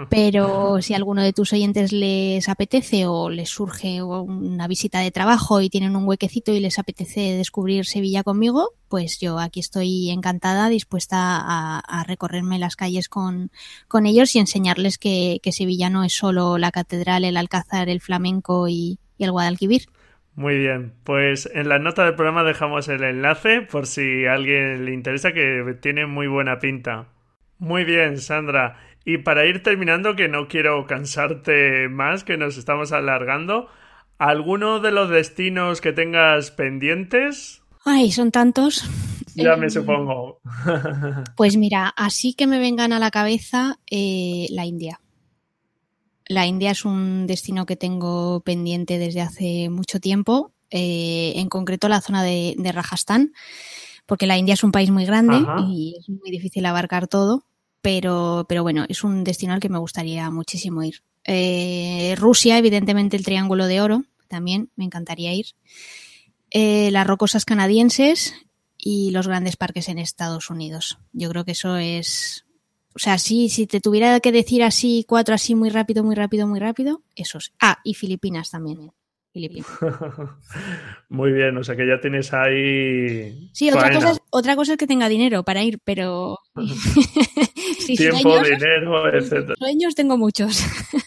[SPEAKER 2] pero si a alguno de tus oyentes les apetece o les surge una visita de trabajo y tienen un huequecito y les apetece descubrir Sevilla conmigo, pues yo aquí estoy encantada, dispuesta a, a recorrerme las calles con, con ellos y enseñarles que, que Sevilla no es solo la catedral, el Alcázar, el flamenco y, y el Guadalquivir.
[SPEAKER 1] Muy bien, pues en la nota del programa dejamos el enlace por si a alguien le interesa, que tiene muy buena pinta. Muy bien, Sandra. Y para ir terminando, que no quiero cansarte más, que nos estamos alargando, ¿alguno de los destinos que tengas pendientes?
[SPEAKER 2] Ay, son tantos.
[SPEAKER 1] Ya
[SPEAKER 2] Eh,
[SPEAKER 1] me supongo.
[SPEAKER 2] Pues mira, así que me vengan a la cabeza eh, la India. La India es un destino que tengo pendiente desde hace mucho tiempo, eh, en concreto la zona de, de Rajastán, porque la India es un país muy grande
[SPEAKER 1] Ajá.
[SPEAKER 2] y es muy difícil abarcar todo, pero, pero bueno, es un destino al que me gustaría muchísimo ir. Eh, Rusia, evidentemente el Triángulo de Oro, también me encantaría ir. Eh, las rocosas canadienses y los grandes parques en Estados Unidos. Yo creo que eso es... O sea, sí, si te tuviera que decir así, cuatro así muy rápido, muy rápido, muy rápido, esos. Ah, y Filipinas también. Filipinas.
[SPEAKER 1] Muy bien, o sea que ya tienes ahí
[SPEAKER 2] Sí, otra
[SPEAKER 1] faena.
[SPEAKER 2] cosa, es, otra cosa es que tenga dinero para ir, pero... sí,
[SPEAKER 1] Tiempo,
[SPEAKER 2] sueños,
[SPEAKER 1] dinero, etcétera.
[SPEAKER 2] Sueños tengo muchos.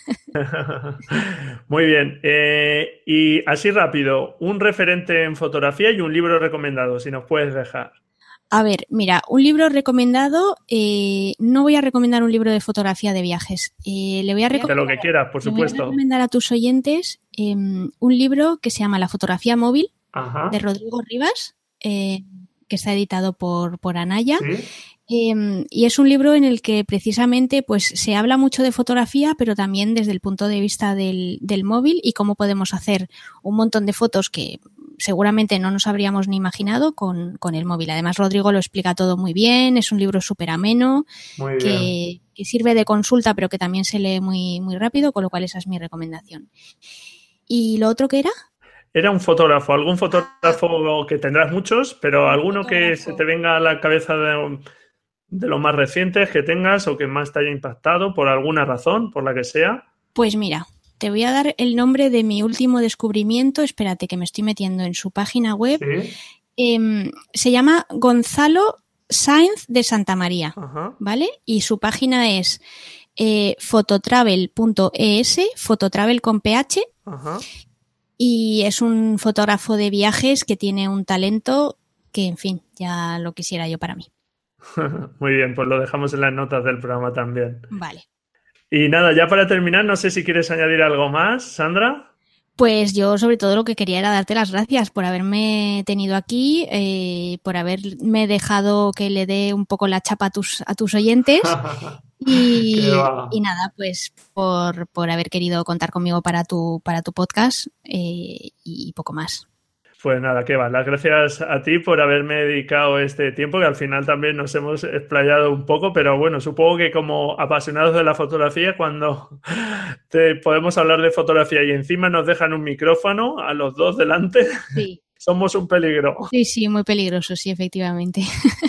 [SPEAKER 1] Muy bien. Eh, y así rápido, un referente en fotografía y un libro recomendado, si nos puedes dejar.
[SPEAKER 2] A ver, mira, un libro recomendado, eh, no voy a recomendar un libro de fotografía de viajes. Eh, le voy a recomendar,
[SPEAKER 1] de lo que quieras, por
[SPEAKER 2] le voy a
[SPEAKER 1] supuesto.
[SPEAKER 2] recomendar a tus oyentes eh, un libro que se llama La fotografía móvil,
[SPEAKER 1] Ajá.
[SPEAKER 2] de Rodrigo Rivas, eh, que está editado por, por Anaya.
[SPEAKER 1] ¿Sí?
[SPEAKER 2] Eh, y es un libro en el que precisamente pues se habla mucho de fotografía, pero también desde el punto de vista del, del móvil y cómo podemos hacer un montón de fotos que seguramente no nos habríamos ni imaginado con, con el móvil. Además, Rodrigo lo explica todo muy bien, es un libro súper ameno,
[SPEAKER 1] Muy
[SPEAKER 2] que,
[SPEAKER 1] bien.
[SPEAKER 2] que sirve de consulta, pero que también se lee muy, muy rápido, con lo cual esa es mi recomendación. ¿Y lo otro qué era?
[SPEAKER 1] Era un fotógrafo, algún fotógrafo que tendrás muchos, pero
[SPEAKER 2] Un
[SPEAKER 1] alguno que
[SPEAKER 2] fotógrafo.
[SPEAKER 1] se te venga a la cabeza de, de los más recientes que tengas o que más te haya impactado por alguna razón, por la que sea.
[SPEAKER 2] Pues mira, te voy a dar el nombre de mi último descubrimiento. Espérate, que me estoy metiendo en su página web.
[SPEAKER 1] Sí.
[SPEAKER 2] Eh, se llama Gonzalo Sainz de Santa María,
[SPEAKER 1] Ajá.
[SPEAKER 2] ¿vale? Y su página es eh, fototravel punto es, fototravel con ph.
[SPEAKER 1] Ajá.
[SPEAKER 2] Y es un fotógrafo de viajes que tiene un talento que, en fin, ya lo quisiera yo para mí.
[SPEAKER 1] Muy bien, pues lo dejamos en las notas del programa también.
[SPEAKER 2] Vale.
[SPEAKER 1] Y nada, ya para terminar, no sé si quieres añadir algo más, Sandra.
[SPEAKER 2] Pues yo sobre todo lo que quería era darte las gracias por haberme tenido aquí, eh, por haberme dejado que le dé un poco la chapa a tus, a tus oyentes y, y nada, pues por, por haber querido contar conmigo para tu, para tu podcast eh, y poco más.
[SPEAKER 1] Pues nada, qué va. Las gracias a ti por haberme dedicado este tiempo, que al final también nos hemos explayado un poco, pero bueno, supongo que como apasionados de la fotografía, cuando te podemos hablar de fotografía y encima nos dejan un micrófono a los dos delante,
[SPEAKER 2] sí.
[SPEAKER 1] Somos un peligro.
[SPEAKER 2] Sí, sí, muy peligroso, sí, efectivamente.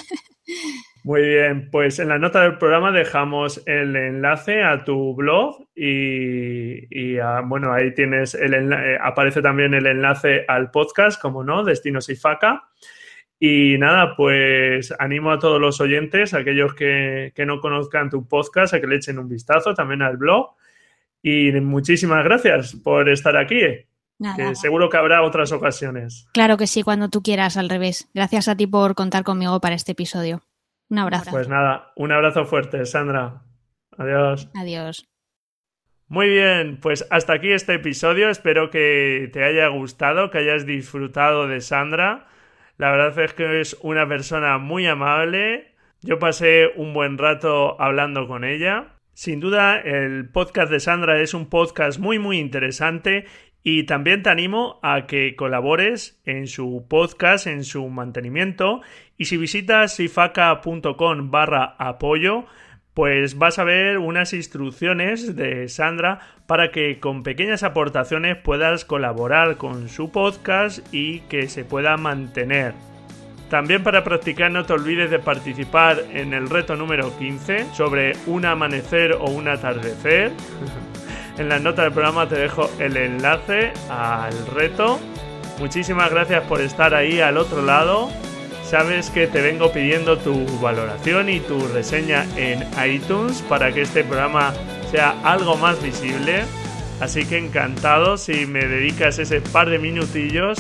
[SPEAKER 1] Muy bien, pues en la nota del programa dejamos el enlace a tu blog y, y a, bueno, ahí tienes el enlace, aparece también el enlace al podcast, como no, Destinos IFACA. Y nada, pues animo a todos los oyentes, aquellos que, que no conozcan tu podcast, a que le echen un vistazo también al blog. Y muchísimas gracias por estar aquí.
[SPEAKER 2] Nada.
[SPEAKER 1] Que seguro que habrá otras ocasiones.
[SPEAKER 2] Claro que sí, cuando tú quieras, al revés. Gracias a ti por contar conmigo para este episodio. Un abrazo.
[SPEAKER 1] Pues nada, un abrazo fuerte, Sandra. Adiós.
[SPEAKER 2] Adiós.
[SPEAKER 1] Muy bien, pues hasta aquí este episodio. Espero que te haya gustado, que hayas disfrutado de Sandra. La verdad es que es una persona muy amable. Yo pasé un buen rato hablando con ella. Sin duda, el podcast de Sandra es un podcast muy, muy interesante. Y también te animo a que colabores en su podcast, en su mantenimiento. Y si visitas ifaca.com barra apoyo, pues vas a ver unas instrucciones de Sandra para que con pequeñas aportaciones puedas colaborar con su podcast y que se pueda mantener. También para practicar no te olvides de participar en el reto número quince sobre un amanecer o un atardecer. En la nota del programa te dejo el enlace al reto. Muchísimas gracias por estar ahí al otro lado. Sabes que te vengo pidiendo tu valoración y tu reseña en iTunes para que este programa sea algo más visible. Así que encantado si me dedicas ese par de minutillos.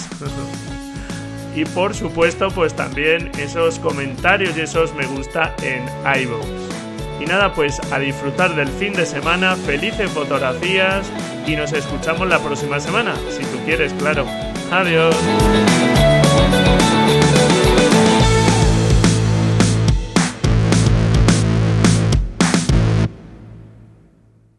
[SPEAKER 1] Y por supuesto, pues también esos comentarios y esos me gusta en iVoox. Y nada, pues a disfrutar del fin de semana, felices fotografías y nos escuchamos la próxima semana, si tú quieres, claro. Adiós.